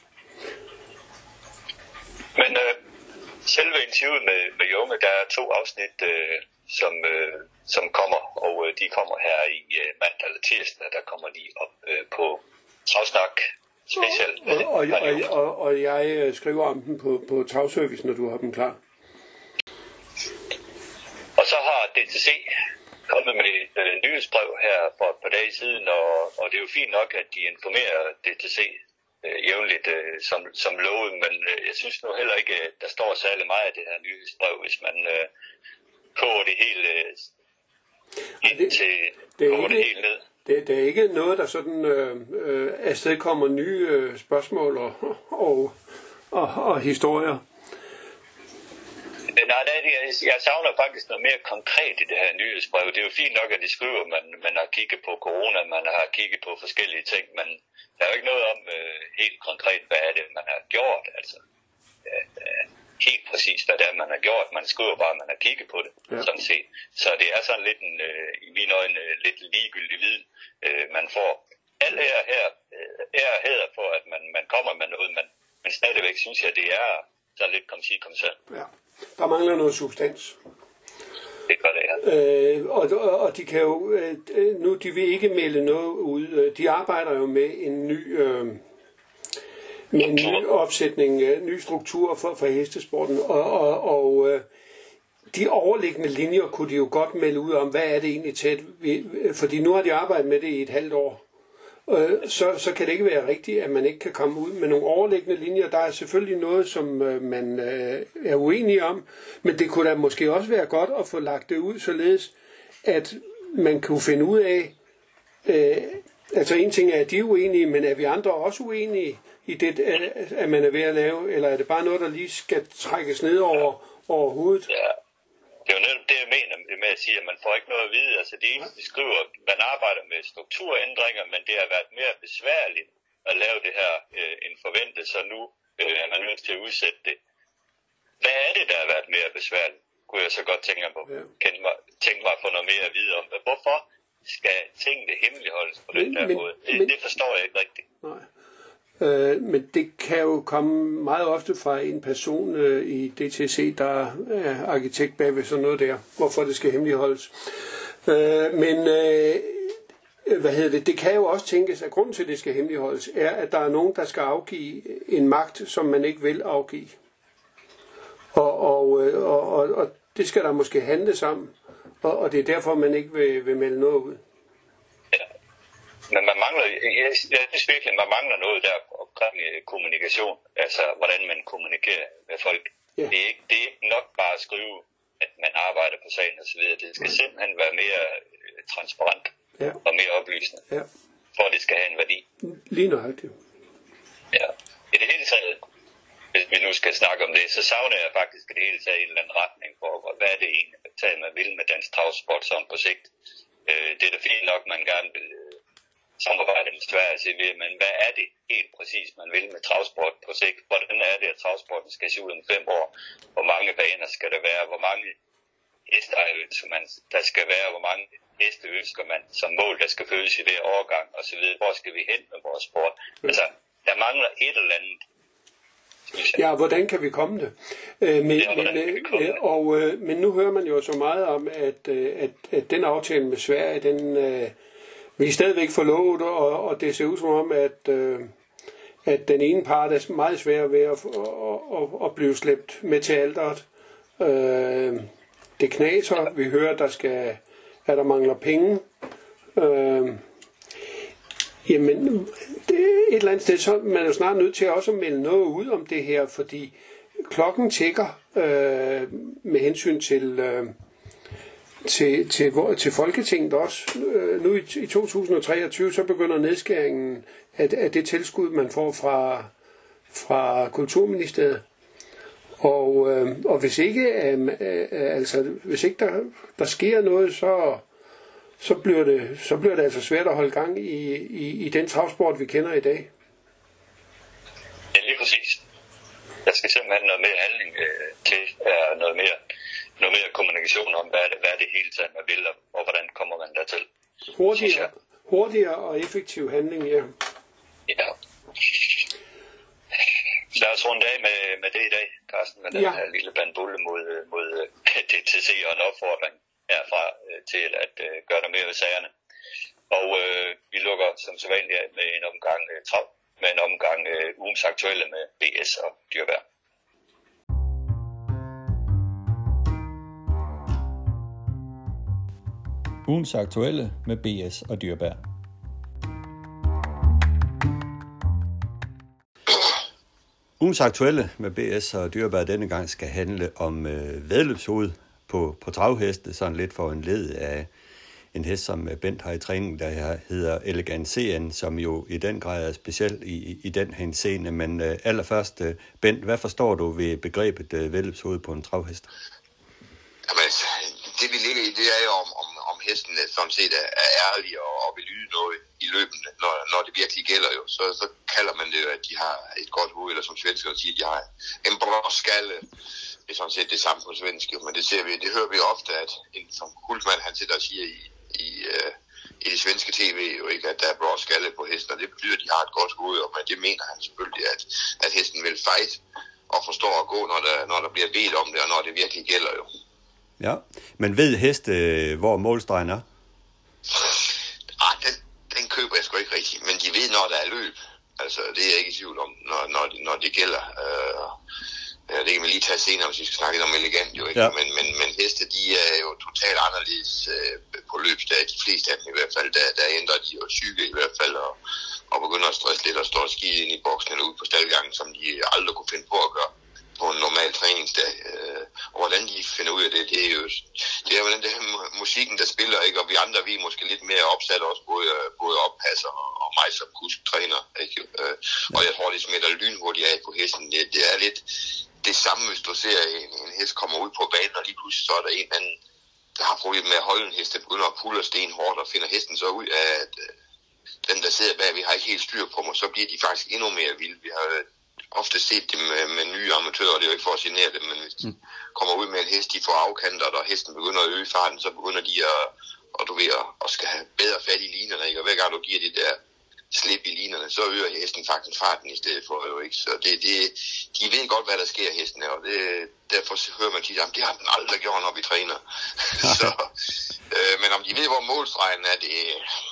Men øh, selve interviewet med, med Junge, der er to afsnit, øh, som, øh, som kommer, og øh, de kommer her i øh, mandag eller tirsdag, der kommer de op øh, på Travsnak Special. Og, og, og, og, og jeg skriver om dem på, på Travservice, når du har dem klar. Og så har D T C kommet med et øh, nyhedsbrev her for et par dage siden, og, og det er jo fint nok, at de informerer D T C øh, jævnligt øh, som, som lovet, men øh, jeg synes nu heller ikke, at der står særlig meget af det her nyhedsbrev, hvis man øh, koger det helt øh, ind det, til, det koger ikke, det helt ned. Det, det er ikke noget, der sådan øh, øh, afsted kommer nye øh, spørgsmål og, og, og, og historier. Nej, det er det. Jeg savner faktisk noget mere konkret i det her nyhedsbrev. Det er jo fint nok, at de skriver, at man, man har kigget på corona, man har kigget på forskellige ting, men der er jo ikke noget om øh, helt konkret, hvad er det, man har gjort. Altså, øh, helt præcis, hvad det er, man har gjort. Man skriver bare, at man har kigget på det, ja. Sådan set. Så det er sådan lidt en, øh, i mine øjne, lidt ligegyldig viden, øh, man får. Alt her, her er hæder for, at man, man kommer med noget, men, men stadigvæk synes jeg, det er så lidt kom sig, kom selv. Ja. Der mangler noget substans. Det gør det, ja. Øh, og, og de kan jo øh, nu de vil ikke melde noget ud. De arbejder jo med en ny øh, med en ny opsætning, øh, ny struktur for, for hestesporten, og, og, og øh, de overliggende linjer kunne de jo godt melde ud om, hvad er det egentlig tæt, fordi nu har de arbejdet med det i et halvt år. Øh, så, så kan det ikke være rigtigt, at man ikke kan komme ud med nogle overliggende linjer. Der er selvfølgelig noget, som øh, man øh, er uenig om, men det kunne da måske også være godt at få lagt det ud, således at man kunne finde ud af, øh, altså en ting er, at de er uenige, men er vi andre også uenige i det, at man er ved at lave, eller er det bare noget, der lige skal trækkes ned over, over hovedet? Ja. Det er jo netop det, jeg mener med at sige, at man får ikke noget at vide. Altså, de, de skriver, at man arbejder med strukturændringer, men det har været mere besværligt at lave det her øh, end forventet, så nu øh, er man nødt til at udsætte det. Hvad er det, der har været mere besværligt? Kunne jeg så godt tænke mig, ja. mig, tænke mig at få noget mere at vide om. Hvorfor skal tingene hemmeligholdes på den der men, måde? Det, men, det forstår jeg ikke rigtigt. Nej. Øh, men det kan jo komme meget ofte fra en person øh, i D T C, der er arkitekt bag ved sådan noget der, hvorfor det skal hemmeligholdes. Øh, men øh, hvad hedder det? Det kan jo også tænkes, at grunden til, at det skal hemmeligholdes, er, at der er nogen, der skal afgive en magt, som man ikke vil afgive. Og, og, og, og, og det skal der måske handles om, og, og det er derfor, man ikke vil, vil melde noget ud. Ja. Men man mangler, jeg synes virkelig, man mangler noget der omkring kommunikation, altså hvordan man kommunikerer med folk. Ja. Det, er ikke, det er ikke nok bare at skrive, at man arbejder på sagen og så videre. Det skal simpelthen være mere transparent ja. og mere oplysende, ja. for at det skal have en værdi. Lige nøjagtigt. Ja. I det hele taget, hvis vi nu skal snakke om det, så savner jeg faktisk i det hele taget en eller anden retning for, hvad er det egentlig, taget man vil med dansk travsport som på sigt. Øh, det er da fint nok, man gerne vil øh, samarbejde med Sverige og C V, men hvad er det helt præcis, man vil med travsport på sigt? Hvordan er det, at travsporten skal se ud om fem år? Hvor mange baner skal der være? Hvor mange heste ønsker man, der skal være? Hvor mange heste ønsker man som mål, der skal fødes i hver årgang og så videre? Hvor skal vi hen med vores sport? Altså, der mangler et eller andet. Ja, hvordan kan vi komme det? Øh, men, ja, men, øh, og, øh, men nu hører man jo så meget om, at, øh, at, at den aftale med Sverige, den øh, vil stadigvæk få lovet, og, og det ser ud som om, at, øh, at den ene part er meget svær ved at, at, at, at blive slæbt med til alteret. Øh, det knaser, vi hører, der skal, at der mangler penge. Øh, Jamen, det et eller andet sted, så man er jo snart nødt til også at melde noget ud om det her, fordi klokken tikker øh, med hensyn til, øh, til, til, til Folketinget også. Øh, nu i, i to tusind og treogtyve, så begynder nedskæringen af, af det tilskud, man får fra, fra Kulturministeriet. Og, øh, og hvis ikke, øh, øh, altså, hvis ikke der, der sker noget, så... Så bliver, det, så bliver det altså svært at holde gang i, i, i den travsport, vi kender i dag. Ja, lige præcis. Der skal simpelthen noget mere handling øh, til, øh, noget, mere, noget mere kommunikation om, hvad er det, hvad er det hele taget, man vil, og hvordan kommer man dertil. Hurtigere, hurtigere og effektiv handling, ja. Ja. Lad os runde af med, med det i dag, Carsten, med den ja. her lille bandbulle mod, mod D T C og en opfordring herfra øh, til at øh, gøre noget mere ved sagerne. Og øh, vi lukker som sædvanligt af med en omgang øh, trav, med en omgang øh, ugens aktuelle med B S og Dyrberg. Ugens aktuelle med B S og Dyrberg. Ugens aktuelle med B S og Dyrberg denne gang skal handle om øh, væddeløbshoved på, på travheste, sådan lidt for en led af en hest, som Bent har i træning, der hedder Elegant C N, som jo i den grad er speciel i, i den henseende. Men øh, allerførst, øh, Bent, hvad forstår du ved begrebet øh, væddeløbshoved på en travhest? Jamen, det vi ligger i, det er jo om, om, om hesten sådan set er, er ærlig og, og vil yde noget i løbende, når, når det virkelig gælder jo. Så, så kalder man det jo, at de har et godt hoved, eller som svenskerne siger, de har en bra skalle. Det er sådan set det samme på svensk, men det ser vi, det hører vi ofte, at en som Hultmann, han sidder og siger i, i, uh, i det svenske tv jo ikke, at der er blå skalle på hesten, og det betyder, at de har et godt hoved, og men det mener han selvfølgelig, at, at hesten vil fight og forstår at gå, når der, når der bliver bedt om det, og når det virkelig gælder jo. Ja, men ved heste, hvor målstregen er? Ah, den, den køber jeg sgu ikke rigtigt, men de ved, når der er løb. Altså, det er jeg ikke i tvivl om, når, når, de, når det gælder. Uh, det kan vi lige tage senere, hvis vi skal snakke lidt om elegant, jo ikke? Ja. Men, men, men heste, de er jo totalt anderledes uh, på løbsdag. De fleste af dem i hvert fald, der, der ændrer de jo psyke i hvert fald, og, og begynder at stresse lidt og stå og skide ind i boksen eller ud på staldgangen, som de aldrig kunne finde på at gøre på på en normal træningsdag. Øh, og hvordan de finder ud af det, det er jo, det er jo den der musikken, der spiller, ikke? Og vi andre, vi er måske lidt mere opsat også, både, både oppasser og mig som kusktræner, ikke? Øh, og jeg tror, det smitter lynhurtigt af på hesten. Det, det er lidt det samme, hvis du ser en, en hest kommer ud på banen, og lige pludselig så er der en anden, der har problemer med at holde en hest, der begynder at pulle sten hårdt, og finder hesten så ud af, at øh, den, der sidder bag, vi har ikke helt styr på mig, så bliver de faktisk endnu mere vilde. Vi har ofte set dem med, med nye amatører, og det er jo ikke for at genere dem, men hvis de kommer ud med en hest, de får afkanter, og hesten begynder at øge farten, så begynder de at, og du ved, at skal have bedre fat i linerne, ikke? Og hver gang du giver det der slip i linerne, så øger hesten faktisk farten i stedet for, jo ikke? Så det, det, de ved godt, hvad der sker hesten, og det, derfor hører man tit, at det har den aldrig gjort, når vi træner. så, øh, men om de ved, hvor målstregen er, det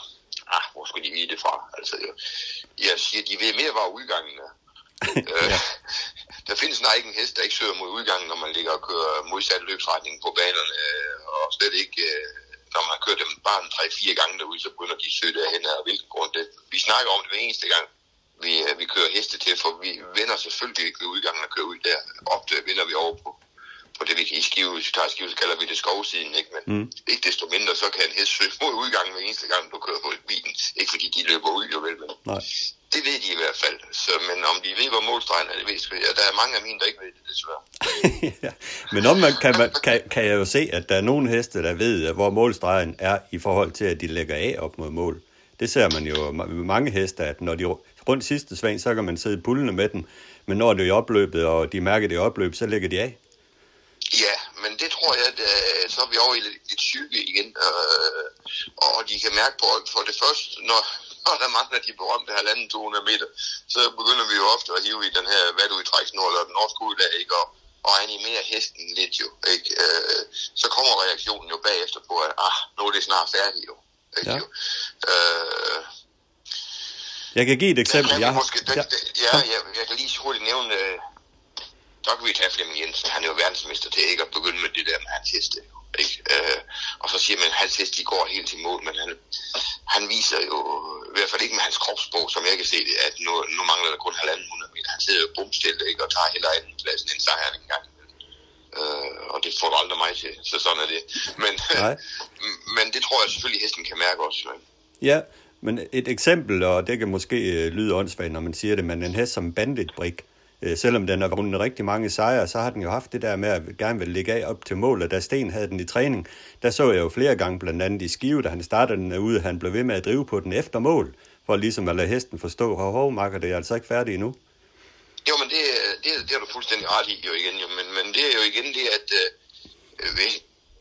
ah, hvor skulle de vide det fra? Altså, jeg, jeg siger, de ved mere, hvor udgangen er. øh, der findes snart ikke en hest, der ikke søger mod udgangen, når man ligger og kører modsat løbsretning på banerne, og slet ikke, når man har kørt dem bare en tre-fire gange derude, så begynder de at søge derhen af hvilken grund det. Vi snakker om det hver eneste gang, vi, vi kører heste til, for vi vender selvfølgelig ikke ved udgangen og kører ud der. Ofte vinder vi over på, på det, vi kan i Skive, hvis vi tager Skive, så kalder vi det skovsiden, ikke? Men mm. ikke desto mindre, så kan en hest søge mod udgangen hver eneste gang, du kører på bilen. Ikke fordi de løber ud, jo vel, men Nej. Det ved de i hvert fald. Så, men om de ved, hvor målstregen er, det ved jeg. Ja, der er mange af mine, der ikke ved det, desværre. ja. Men om man kan, man, kan, kan jeg jo se, at der er nogle heste, der ved, hvor målstregen er i forhold til, at de lægger af op mod mål. Det ser man jo med mange heste, at når de rundt sidste sving, så kan man sidde pullende med dem. Men når det er i opløbet, og de mærker det i opløbet, så lægger de af. Ja, men det tror jeg, at uh, så er vi over i lidt, lidt psyke igen. Uh, og de kan mærke på, for det første, når... Og der mangler de berømte halvanden to hundrede meter, så begynder vi jo ofte at hive i den her vatudtræksnor eller den norske udlag, ikke? Og, og animere hesten lidt jo, ikke? Øh, så kommer reaktionen jo bagefter på, at ah, nu er det snart færdigt jo, ikke? Ja. Jo. Øh, jeg kan give et eksempel. Der, jeg måske, der, ja, ja jeg, jeg kan lige så hurtigt nævne, øh, der kan vi tage Flemming Jensen, han er jo verdensmester til ikke at begynde med det der med hans heste, ikke? Øh, og så siger man, at hans heste, de går helt til mål, men han, han viser jo, i hvert fald ikke med hans kropssprog, som jeg kan se det, at nu, nu mangler der kun halvanden hundrede meter. Han sidder jo bumstille, ikke, og tager heller anden pladsen end sejren engang. Øh, og det får du aldrig mig til, så sådan er det. Men, men det tror jeg selvfølgelig, hesten kan mærke også. Ikke? Ja, men et eksempel, og det kan måske lyde åndssvagt, når man siger det, men en hest som Bandit-brik, selvom den har vundet rigtig mange sejre, så har den jo haft det der med at gerne vil ligge af op til mål, og da Sten havde den i træning, der så jeg jo flere gange, blandt andet i Skive, da han startede den ude, han blev ved med at drive på den efter mål, for ligesom at lade hesten forstå, hov, hov, makker, det er altså ikke færdigt endnu. Jo, men det, det, det er du fuldstændig ret i jo igen, jo. Men, men det er jo igen det, at øh, vi,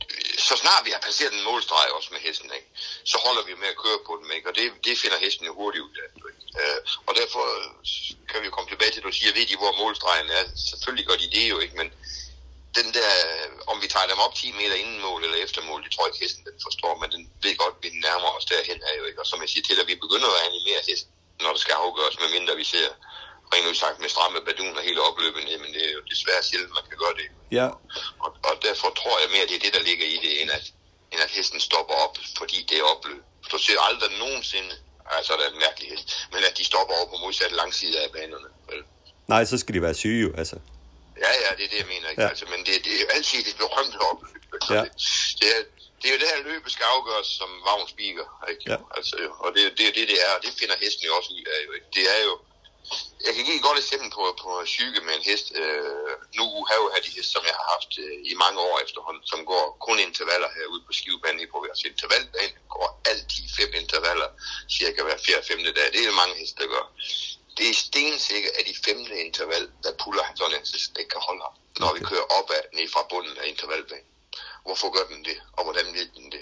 så snart vi har passeret en målstreg også med hesten, ikke, så holder vi med at køre på den, ikke, og det, det finder hesten jo hurtigt ud af. Øh, og derfor kan vi jo komme tilbage til, at du siger, ved de, hvor målstregen er? Selvfølgelig gør de det jo ikke, men den der, om vi tager dem op ti meter inden mål eller efter mål, det tror jeg ikke hesten den forstår, men den ved godt, at vi nærmer os derhen er jo ikke. Og som jeg siger til, at vi begynder at animere hesten, når det skal afgøres, medmindre vi ser rent ud sagt med stramme baduner hele opløbet ned, men det er jo desværre sjældent, man kan gøre det. Ja. Og, og derfor tror jeg mere, at det er det, der ligger i det, end at, end at hesten stopper op, fordi det er opløb. Du ser aldrig nogensinde, altså det er en mærkelig hest, men at de stopper over på modsatte langside af banerne. Vel? Nej, så skal de være syge jo, altså. Ja, ja, det er det, jeg mener, ikke? Ja. Altså, men det, det er jo altid det berømte opløb. Altså, ja. det, det, er, det er jo det her løbet skal afgøres som vagnsbiker, ikke? Ja. Altså, og det er det, det, det er, og det finder hesten jo også ud af, jo, ikke? Det er jo, jeg kan give et godt eksempel på, på psyke med en hest. Øh, nu har jeg jo de hest, som jeg har haft øh, i mange år efterhånden, som går kun intervaller herude på Skivebanen i Provinsen. Intervaldagen går altid fem intervaller, cirka hver fjerde femte dag. Det er jo mange hest, der gør. Det er stensikkert, at i femte interval, der puller han sådan en hest, der ikke kan holde op, når vi kører opad ned fra bunden af intervalbanen. Hvorfor gør den det, og hvordan ved den det?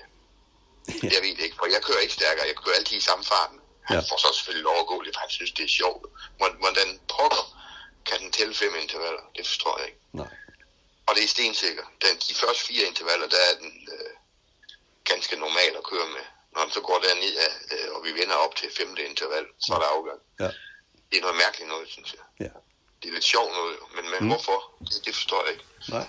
Jeg ved det ikke, for jeg kører ikke stærkere, jeg kører altid i samme farten. Han får så selvfølgelig lov at gå lidt, for han synes, det er sjovt. Hvordan pokker kan den tælle fem intervaller? Det forstår jeg ikke. Nej. Og det er stensikkert. Den, de første fire intervaller, der er den øh, ganske normal at køre med. Når den så går derned, øh, og vi vender op til femte interval, så er der afgang. Ja. Det er noget mærkeligt noget, synes jeg. Ja. Det er lidt sjovt noget, men, men mm. hvorfor? Det, det forstår jeg ikke. Nej.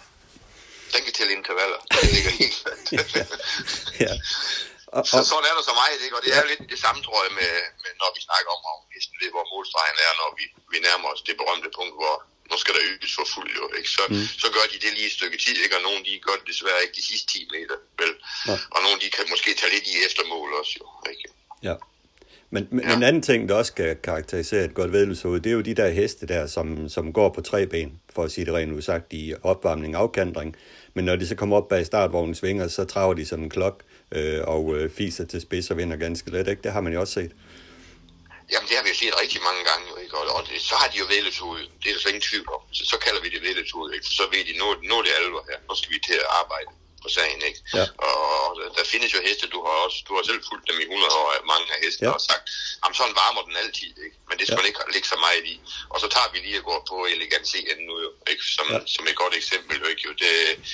Den kan tælle intervaller. Det ligger helt ja. ja. Og, så sådan er der så meget, ikke? Og det er jo lidt det samme, tror jeg, med, med når vi snakker om, om hesten ved, hvor målstregen er, når vi, vi nærmer os det berømte punkt, hvor nu skal der ydes for fuld, jo, ikke? Så, mm. så gør de det lige et stykke tid, ikke? Og nogle, de gør det desværre ikke de sidste ti meter, vel? Ja. Og nogle, de kan måske tage lidt i eftermål også, jo, ikke? Ja. Men, men ja. En anden ting, der også skal karakterisere et godt væddeløbshoved, det er jo de der heste der, som, som går på tre ben, for at sige det rent udsagt, i opvarmning og afkantring. Men når de så kommer op bag startvognens vinger, så traver de som en klok øh, og øh, fiser til spids og vinder ganske let, ikke? Det har man jo også set. Jamen, det har vi set rigtig mange gange, jo, ikke? Og det, så har de jo væddeløbshoved. Det er der så ingen tvivl om. Så, så kalder vi det væddeløbshoved, ikke? For så ved de, nu, nu er det alvor her. Nu skal vi til at arbejde på sagen, ikke? Ja. Og, og der findes jo heste, du har også, du har selv fulgt dem i hundrede år, mange af hestene, ja. Og sagt, jamen sådan varmer den altid, ikke? Men det skal ja. Man ikke lægge så meget i. Og så tager vi lige og går på Elegant C nu, jo, ikke? Som, ja. Som et godt eksempel, jo, ikke? Jo, det,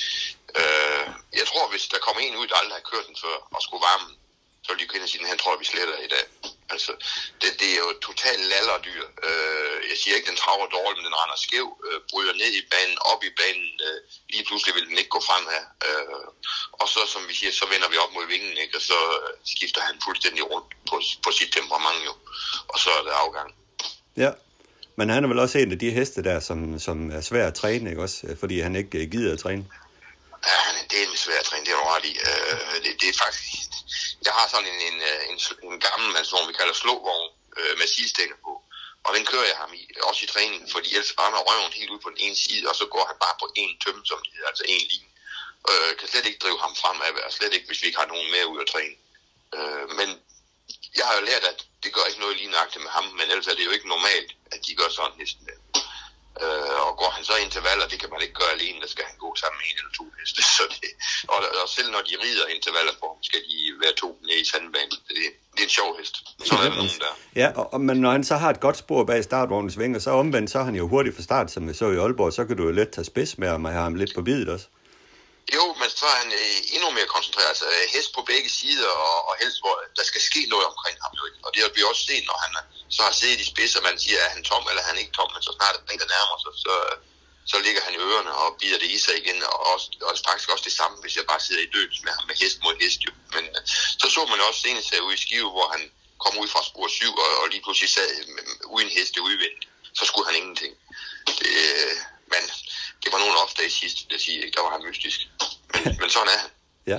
øh, jeg tror, hvis der kommer en ud, der aldrig har kørt den før, og skulle varme den, så vil de kunne sige, han tror, vi sletter i dag. Altså, det, det er jo et totalt lallerdyr. Øh, jeg siger ikke, den traver dårligt, men den render skæv, øh, bryder ned i banen, op i banen. Øh, lige pludselig vil den ikke gå frem her. Øh, og så, som vi siger, så vender vi op mod vingen, ikke? Og så skifter han fuldstændig rundt på, på sit temperament, jo. Og så er det afgang. Ja, men han er vel også en af de heste der, som, som er svær at træne, ikke også? Fordi han ikke gider at træne. Ja, det er en svær at træne, det er du ret i. Øh, det, det er faktisk... Jeg har sådan en, en, en, en gammel mandsvogn, vi kalder slåvogn, øh, med sidestænger på. Og den kører jeg ham i, også i træning, fordi ellers rammer røven helt ud på den ene side, og så går han bare på en tømme, som det hedder, altså en linje. Øh, kan slet ikke drive ham fremad, og slet ikke, hvis vi ikke har nogen mere ud at træne. Øh, men jeg har jo lært, at det gør ikke noget lige nøjagtigt med ham, men ellers er det jo ikke normalt, at de gør sådan næsten der. Øh, og går han så intervaller, det kan man ikke gøre alene, der skal han gå sammen med en eller to heste. Så det, og, og selv når de rider intervaller på ham, skal de være to nede i sandbanen. Det, det er en sjov hest. Så er der nogen der. Ja, og, men når han så har et godt spor bag startvognens vinger, så omvendt, så er han jo hurtigt fra start, som vi så i Aalborg, så kan du jo let tage spids med ham og have ham lidt på bidet også. Jo, men så er han øh, endnu mere koncentreret. Altså hest på begge sider, og, og helst, hvor der skal ske noget omkring ham. Jo. Og det har vi også set, når han så har siddet i spids, og man siger, er han tom, eller er han ikke tom, men så snart den der nærmer sig, så, så ligger han i ørerne og bider det i sig igen. Og, også, og faktisk også det samme, hvis jeg bare sidder i døds med ham med hest mod hest. Jo. Men så så man også senest her ude i Skive, hvor han kom ud fra spor syv, og, og lige pludselig sad uden heste udvendigt. Så skulle han ingenting. Det, men det var nogle ofte i sidste, det siger ikke, der var han mystisk. Men, men sådan er han. Ja.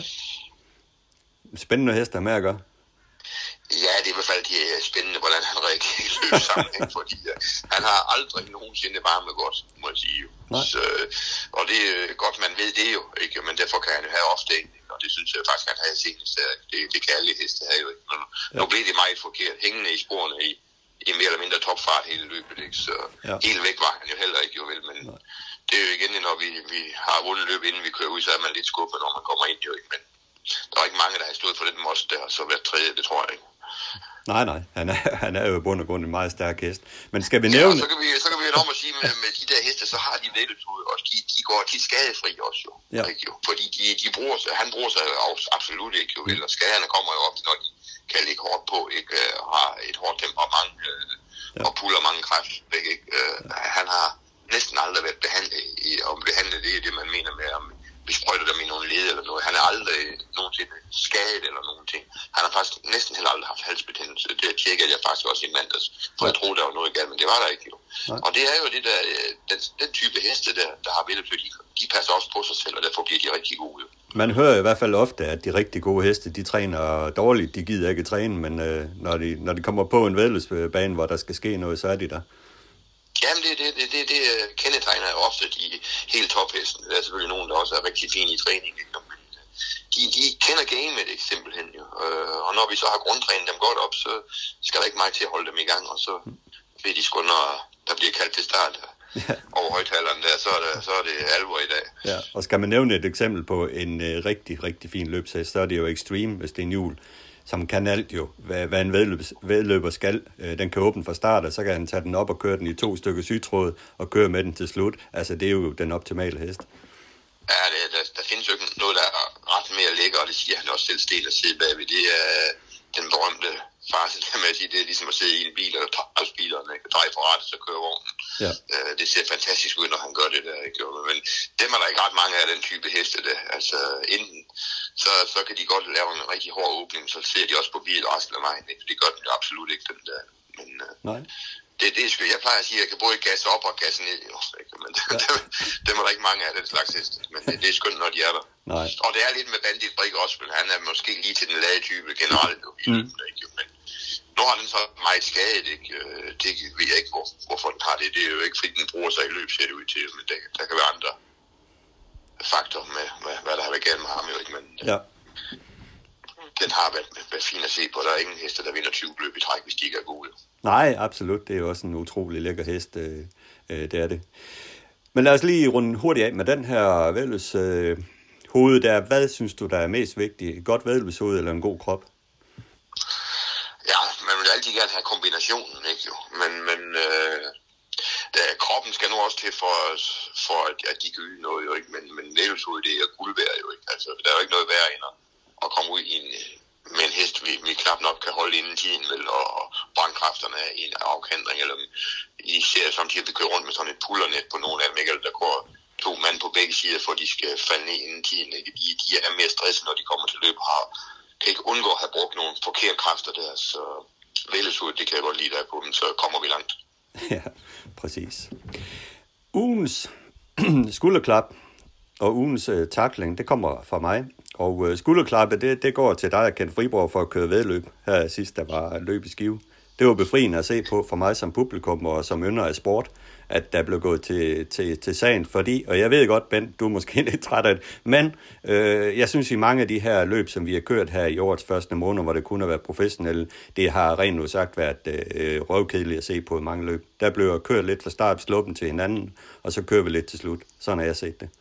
Spændende hester med at gøre. Ja, det er i hvert fald de spændende, hvordan han reagerer i løbet sammen, ikke? Fordi uh, han har aldrig nogensinde varmet godt, må jeg sige. Så, og det er godt, man ved det jo, ikke? Men derfor kan han jo have ofte, og det synes jeg faktisk, han havde senest. Det, det kan alle heste have jo, ikke? Men ja. Nu blev det meget forkert, hængende i sporene i, i mere eller mindre topfart hele løbet, ikke? Så ja. Helt væk var han jo heller ikke, jo vel, men nej. Det er jo igen, når vi, vi har vundet løb, inden vi kører ud, så er man lidt skuffet, når man kommer ind, jo ikke? Men der er ikke mange, der har stået for den most der, så hvert tredje, det tror jeg ikke. Nej, nej, han er, han er jo i bund og grund en meget stærk hest. Men skal vi nævne... Ja, så kan vi, så kan vi jo om at sige, med, med de der heste, så har de væddeløbshoved også. De, de går tit skadefri også jo. Ja. Ikke, jo. Fordi de, de bruger sig, han bruger sig absolut ikke jo. Eller skaderne kommer jo op, når de kan ligge hårdt på, ikke, og har et hårdt temperament øh, ja. Og puller mange kræfter væk. Ikke? Øh, ja. Han har næsten aldrig været behandlet i, og behandlet det er det, man mener med, om vi sprøjter dem i nogle led eller noget. Han er aldrig nogensinde skadet eller nogen ting. Han har faktisk næsten heller aldrig haft halsbetændelse. Det tjekkede jeg faktisk også i mandags, for ja. Jeg troede, der var noget galt, men det var der ikke jo. Ja. Og det er jo det der, den, den type heste der, der har væddeløb, de, de passer også på sig selv, og derfor bliver de rigtig gode. Jo. Man hører i hvert fald ofte, at de rigtig gode heste, de træner dårligt. De gider ikke træne, men øh, når, de, når de kommer på en væddeløbsbane, hvor der skal ske noget, så er de der. Jamen, det, det, det, det, det kendetegner jo ofte de helt tophesten. Der er selvfølgelig nogen, der også er rigtig fine i træning. Ikke? Men de, de kender gamet ikke simpelthen. Jo. Og når vi så har grundtrænet dem godt op, så skal der ikke meget til at holde dem i gang. Og så ved de sgu, når der bliver kaldt til start ja. Over højtaleren der, så er, det, så er det alvor i dag. Ja. Og skal man nævne et eksempel på en uh, rigtig, rigtig fin løbshest, så er det jo Extreme, hvis det er en hjul, som kan alt jo, hvad, hvad en væddeløber skal. Den kan åbne fra start, og så kan han tage den op og køre den i to stykker sygtråd og køre med den til slut. Altså, det er jo den optimale hest. Ja, det, der, der findes jo ikke noget, der er ret mere lækker, og det siger han også selv Sten at sidde bagved. Det er den berømte farse, der med at sige, det er ligesom at sidde i en bil, eller træsbilerne, ikke? Dreje for ret, så kører vognen. Ja. Uh, det ser fantastisk ud, når han gør det der, ikke? Men dem er der ikke ret mange af den type heste der. Altså, enten så, så kan de godt lave en rigtig hård åbning, så ser de også på bil resten af vejen, ikke? Det gør den jo absolut ikke, den der. Men Nej. Det, det er sgu, jeg plejer at sige, at jeg kan både gasse op og gasse ned. Jo, men det, ja. dem, dem er der ikke mange af den slags heste. Men det, det er skønt, når de er der. Nej. Og det er lidt med Bandit Brik også, men han er måske lige til den lade type generelt. Jo, i mm. løbet, ikke? Men nu har den så meget skadet, ikke? Det ved jeg ikke, hvor, hvorfor den har det. Det er jo ikke, fordi den bruger sig i løb, ser det ud til. Men der, der kan være andre faktorer med, med, hvad der har været galt med ham. Jo, ikke? Men ja. Den har været, været fin at se på. Der er ingen heste, der vinder tyve løb i træk, hvis de ikke er gode. Nej, absolut. Det er jo også en utrolig lækker hest. Øh, øh, det er det. Men lad os lige runde hurtigt af med den her væddeløs øh, hoved der. Hvad synes du, der er mest vigtigt? Et godt væddeløs hoved eller en god krop? Ja, man vil altid gerne have kombinationen, ikke jo? Men, men øh, der, kroppen skal nu også til for, for at, at de kan yde noget, jo ikke? Men, men væddeløs hoved, det er guld værd, jo ikke? Altså, der er jo ikke noget værd end at komme ud i en, med en hest, vi, vi knap nok kan holde inden tiden, vel, og, og brandkræfterne i en afkantring, eller I ser samtidig, at vi kører rundt med sådan et pullernet på nogle af dem, ikke? Eller der går to mand på begge sider, for de skal falde ned inden tiden, ikke? De, de er mere stresset, når de kommer til løb, har kan ikke undgå at have brugt nogle forkerte kræfter der, så vældesud, det kan jeg godt lide der på dem, så kommer vi langt. Ja, præcis. Ugens skulderklap og ugens uh, tackling, det kommer fra mig. Og uh, skulderklappet, det, det går til dig, Kent Friborg, for at køre vedløb her sidst, der var løb i Skive. Det var befriende at se på for mig som publikum og som ynder af sport, at der blev gået til, til, til sagen, fordi, og jeg ved godt, Ben, du er måske lidt træt af det, men øh, jeg synes i mange af de her løb, som vi har kørt her i årets første måned, hvor det kun har været professionelle, det har rent nu sagt været øh, røvkedeligt at se på i mange løb. Der blev kørt lidt fra start, sluppen til hinanden, og så kører vi lidt til slut. Sådan har jeg set det.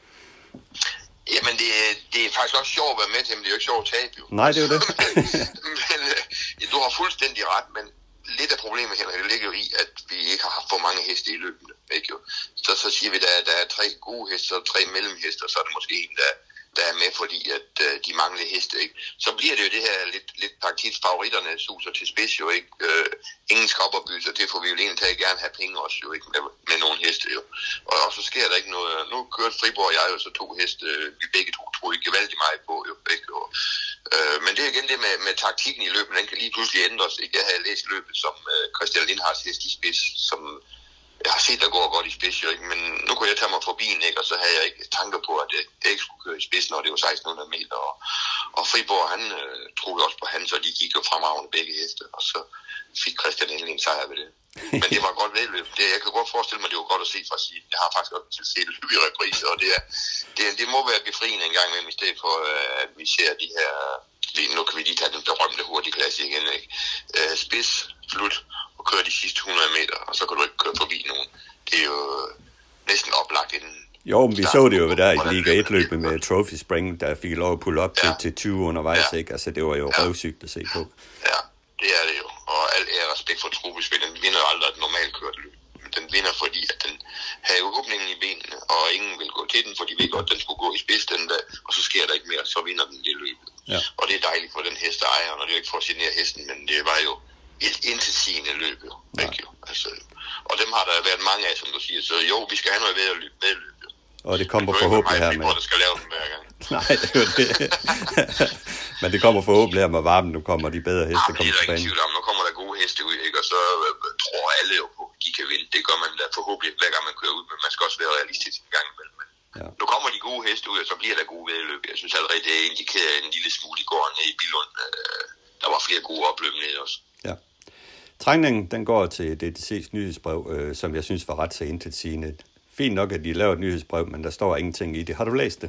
Jamen, det, det er faktisk også sjovt at være med til, men det er jo ikke sjovt at tabe, jo. Nej, det er jo det. men øh, du har fuldstændig ret, men lidt af problemet, Henrik, det ligger jo i, at vi ikke har haft for mange heste i løbene, ikke jo. Så, så siger vi, at der, der er tre gode heste og tre mellemheste, og så er det måske en, der, der er med, fordi at uh, de mangler heste, ikke. Så bliver det jo det her lidt, lidt taktisk favoritterne suser til spids, jo, ikke. Uh, ingen skopperbyser, det får vi jo egentlig taget gerne have penge også, jo, ikke, med, med nogle heste, jo. Og, og så sker der ikke noget. Nu kørte Friborg og jeg jo så to heste, vi begge to tror ikke gevaldigt meget på, jo, ikke jo. Uh, men det er igen det med, med taktikken i løbet, den kan lige pludselig ændres, ikke. Jeg havde læst løbet som uh, Christian Lindhards hest i spids, som jeg har set, der går godt i spids, jo, ikke? Men nu kunne jeg tage mig forbi, ikke? Og så havde jeg ikke tanker på, at jeg ikke skulle køre i spids, når det var seksten hundrede meter. Og, og Friborg, han øh, troede også på han, så de gik jo fremragende begge heste, og så fik Christian endelig en sejr ved det. Men det var godt vedløb. Det, jeg kan godt forestille mig, det var godt at se fra siden. Jeg har faktisk godt til at se det i reprise, og det, er, det, det må være befriende en gang imellem, i stedet for, at vi ser de her... Nu kan vi lige tage den berømte hurtige klasse igen, ikke? Øh, spids, slut, og køre de sidste hundrede meter, og så kan du ikke køre forbi nogen. Det er jo næsten oplagt inden. Jo, men vi så det jo der i Liga et-løbet med Trophy Spring, der fik lov at pulle op ja. til, til tyve undervejs, ja. ikke? Altså, det var jo ja. røvsygt at se på. Ja, det er det jo. Og al ære respekt for Trophy Spring, den vinder jo aldrig et normalt kørt løb. Den vinder, fordi at den havde åbningen i benene, og ingen vil gå til den, for de ved godt, at den skulle gå i spids den dag, og så sker der ikke mere, så vinder den det løb. Ja. Og det er dejligt for den heste ejer, og det er jo ikke for at genere hesten, men det var jo et intetsigende løb, jo. Ja. Ikke, jo. Altså, og dem har der været mange af, som du siger, så jo, vi skal have noget ved at løbe, med løb, jo. Og det kommer forhåbentlig her med... der skal lave dem hver gang. Nej, det er jo det. Men det kommer forhåbentlig her med varmen, nu kommer de bedre heste. Ja, det er der ingen tvivl om. Nu kommer der gode heste ud, ikke? Og så øh, tror alle jo på, at de kan vinde. Det gør man da forhåbentlig hver gang man kører ud, men man skal også være realistisk en gang imellem. Ja. Nu kommer de gode heste ud, og så bliver der gode vedløb. Jeg synes allerede, det indikerer en lille smule i går nede i Billund. Øh, der var flere gode opløb nede også. Ja. Trængningen, den går til D T C's nyhedsbrev, øh, som jeg synes var ret så intetsigende. Fint nok, at de laver et nyhedsbrev, men der står ingenting i det. Har du læst det?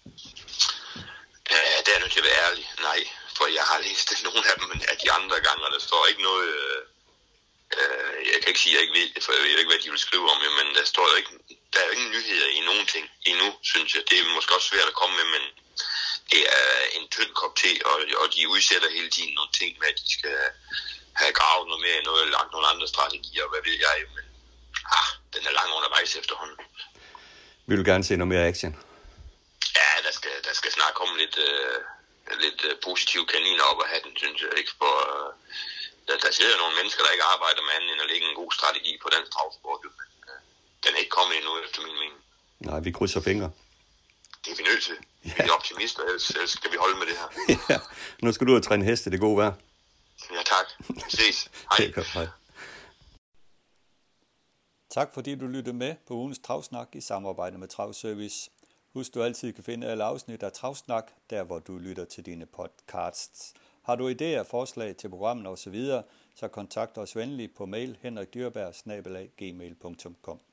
Ja, det er nødt til at være ærlig. Nej, for jeg har læst nogle af dem, men af de andre gange, der står ikke noget... Øh, jeg kan ikke sige, at jeg ikke ved det, for jeg ved ikke, hvad de vil skrive om, men der står jo ikke... Der er jo ingen nyheder i nogen ting endnu, synes jeg. Det er måske også svært at komme med, men det er en tynd kop te, og, og de udsætter hele tiden nogle ting med, at de skal have gravet noget mere, noget, lagt nogle andre strategier, hvad ved jeg, men ah, den er lang undervejs efterhånden. Vi vil gerne se noget mere action. Ja, der skal, der skal snart komme lidt, øh, lidt øh, positive kaniner op og have den, synes jeg, ikke? For øh, der, der sidder nogle mennesker, der ikke arbejder med anden end at lægge en god strategi på den travsport, men øh, den er ikke kommet endnu, efter min mening. Nej, vi krydser fingre. Det er vi nødt til. Ja. Vi er optimister, ellers, ellers skal vi holde med det her. Ja, nu skal du ud og træne heste, det gode vejr. Ja, tak. Ses. Hej. Hej. Tak fordi du lyttede med på ugens Travsnak i samarbejde med Travservice. Husk, du altid kan finde alle afsnit af Travsnak, der hvor du lytter til dine podcasts. Har du idéer, forslag til programmer osv., så kontakt os venligt på mail henrik dyrberg snabel-a gmail punktum com.